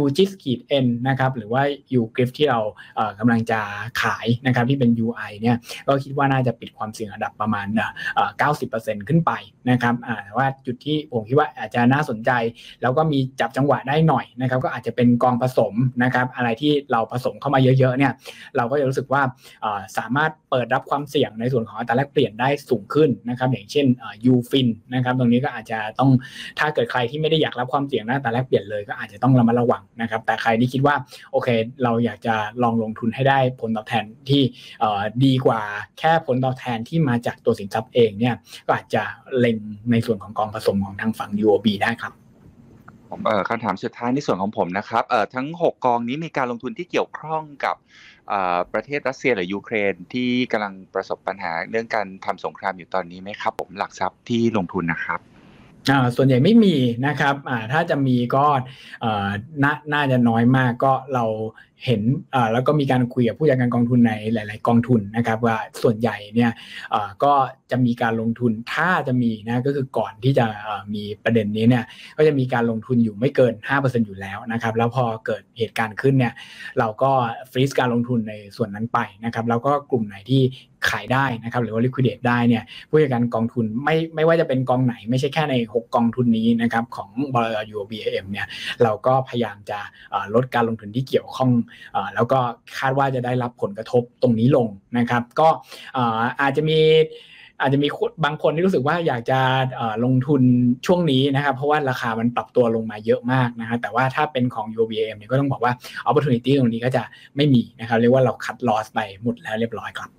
UGIS-N นะครับหรือว่า UGRIF ที่เรากำลังจะขายนะครับที่เป็น UI เนี่ยก็คิดว่าน่าจะปิดความเสี่ยงระดับประมาณ90% ขึ้นไปนะครับแต่ว่าจุดที่ผมคิดว่าอาจจะน่าสนใจแล้วก็มีจับจังหวะได้หน่อยนะครับก็อาจจะเป็นกองผสมนะครับอะไรที่เราผสมเข้ามาเยอะๆเนี่ยเราก็จะรู้สึกว่าสามารถเปิดรับความเสี่ยงในส่วนของอัตราแลกเปลี่ยนได้สูงขึ้นนะครับอย่างเช่นUFIN นะครับตรงนี้ก็อาจจะต้องถ้าเกิดใครที่ไม่ได้อยากรับความเสี่ยงนะแลกเปลี่ยนเลยก็อาจจะต้องระมัดระวังนะครับแต่ใครที่คิดว่าโอเคเราอยากจะลองลงทุนให้ได้ผลตอบแทนที่ดีกว่าแค่ผลตอบแทนที่มาจากตัวสินทรัพย์เองเนี่ยก็อาจจะเล็งในส่วนของกองผสมของทางฝั่ง UOB ได้ครับผมคำถามสุดท้ายในส่วนของผมนะครับทั้ง6กองนี้มีการลงทุนที่เกี่ยวข้องกับประเทศรัสเซียหรือยูเครนที่กำลังประสบปัญหาเรื่องการทำสงครามอยู่ตอนนี้ไหมครับผมหลักทรัพย์ที่ลงทุนนะครับส่วนใหญ่ไม่มีนะครับถ้าจะมีก็น่าจะน้อยมากก็เราเห็นแล้วก็มีการคุยกับผู้จัดการกองทุนในหลายๆกองทุนนะครับว่าส่วนใหญ่เนี่ยก็จะมีการลงทุนถ้าจะมีนะก็คือก่อนที่จะมีประเด็นนี้เนี่ยก็จะมีการลงทุนอยู่ไม่เกิน 5% อยู่แล้วนะครับแล้วพอเกิดเหตุการณ์ขึ้นเนี่ยเราก็ฟรีซการลงทุนในส่วนนั้นไปนะครับแล้วก็กลุ่มไหนที่ขายได้นะครับหรือว่า liquidate ได้เนี่ยผู้จัดการกองทุนไม่ว่าจะเป็นกองไหนไม่ใช่แค่ใน6กองทุนนี้นะครับของบลจ. UOBAM เนี่ยเราก็พยายามจะลดการลงทุนที่เกี่ยวข้องแล้วก็คาดว่าจะได้รับผลกระทบตรงนี้ลงนะครับก็อาจจะมีบางคนที่รู้สึกว่าอยากจะลงทุนช่วงนี้นะครับเพราะว่าราคามันปรับตัวลงมาเยอะมากนะฮะแต่ว่าถ้าเป็นของ UOBAM เนี่ยก็ต้องบอกว่า opportunity ตรงนี้ก็จะไม่มีนะครับเรียกว่าเราคัด loss ไปหมดแล้วเรียบร้อยครับ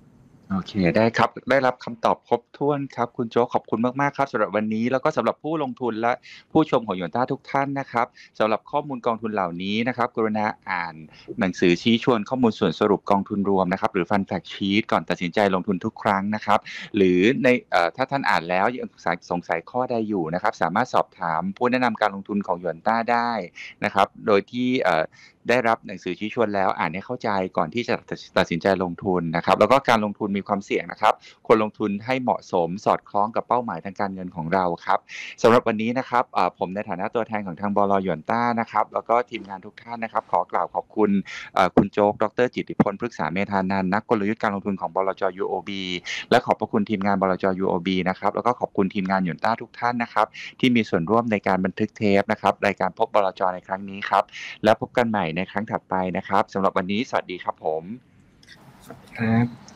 โอเคได้ครับได้รับคำตอบครบถ้วนครับคุณโจ๊กขอบคุณมากๆครับสำหรับวันนี้แล้วก็สำหรับผู้ลงทุนและผู้ชมของหยวนต้าทุกท่านนะครับสำหรับข้อมูลกองทุนเหล่านี้นะครับกรุณาอ่านหนังสือชี้ชวนข้อมูลส่วนสรุปกองทุนรวมนะครับหรือ Fund Fact Sheet ก่อนตัดสินใจลงทุนทุกครั้งนะครับหรือในถ้าท่านอ่านแล้วยังสงสัยข้อใดอยู่นะครับสามารถสอบถามผู้แนะนำการลงทุนของหยวนต้าได้นะครับโดยที่ได้รับหนังสือชี้ชวนแล้วอ่านให้เข้าใจก่อนที่จะตัดสินใจลงทุนนะครับแล้วก็การลงทุนมีความเสี่ยงนะครับควรลงทุนให้เหมาะสมสอดคล้องกับเป้าหมายทางการเงินของเราครับสำหรับวันนี้นะครับผมในฐานะตัวแทนของทางบล.หยวนต้านะครับแล้วก็ทีมงานทุกท่านนะครับขอกล่าวขอบคุณคุณโจ๊กดร.จิตติพลพฤกษาเมธานันท์นักกลยุทธ์การลงทุนของบลจ. UOB และขอบพระคุณทีมงานบลจ. UOB นะครับแล้วก็ขอบคุณทีมงานหยวนต้าทุกท่านนะครับที่มีส่วนร่วมในการบันทึกเทปนะครับรายการพบบลจ. ในครั้งนี้ครับแล้วพบกันใหม่ในครั้งถัดไปนะครับสำหรับวันนี้สวัสดีครับผมครับ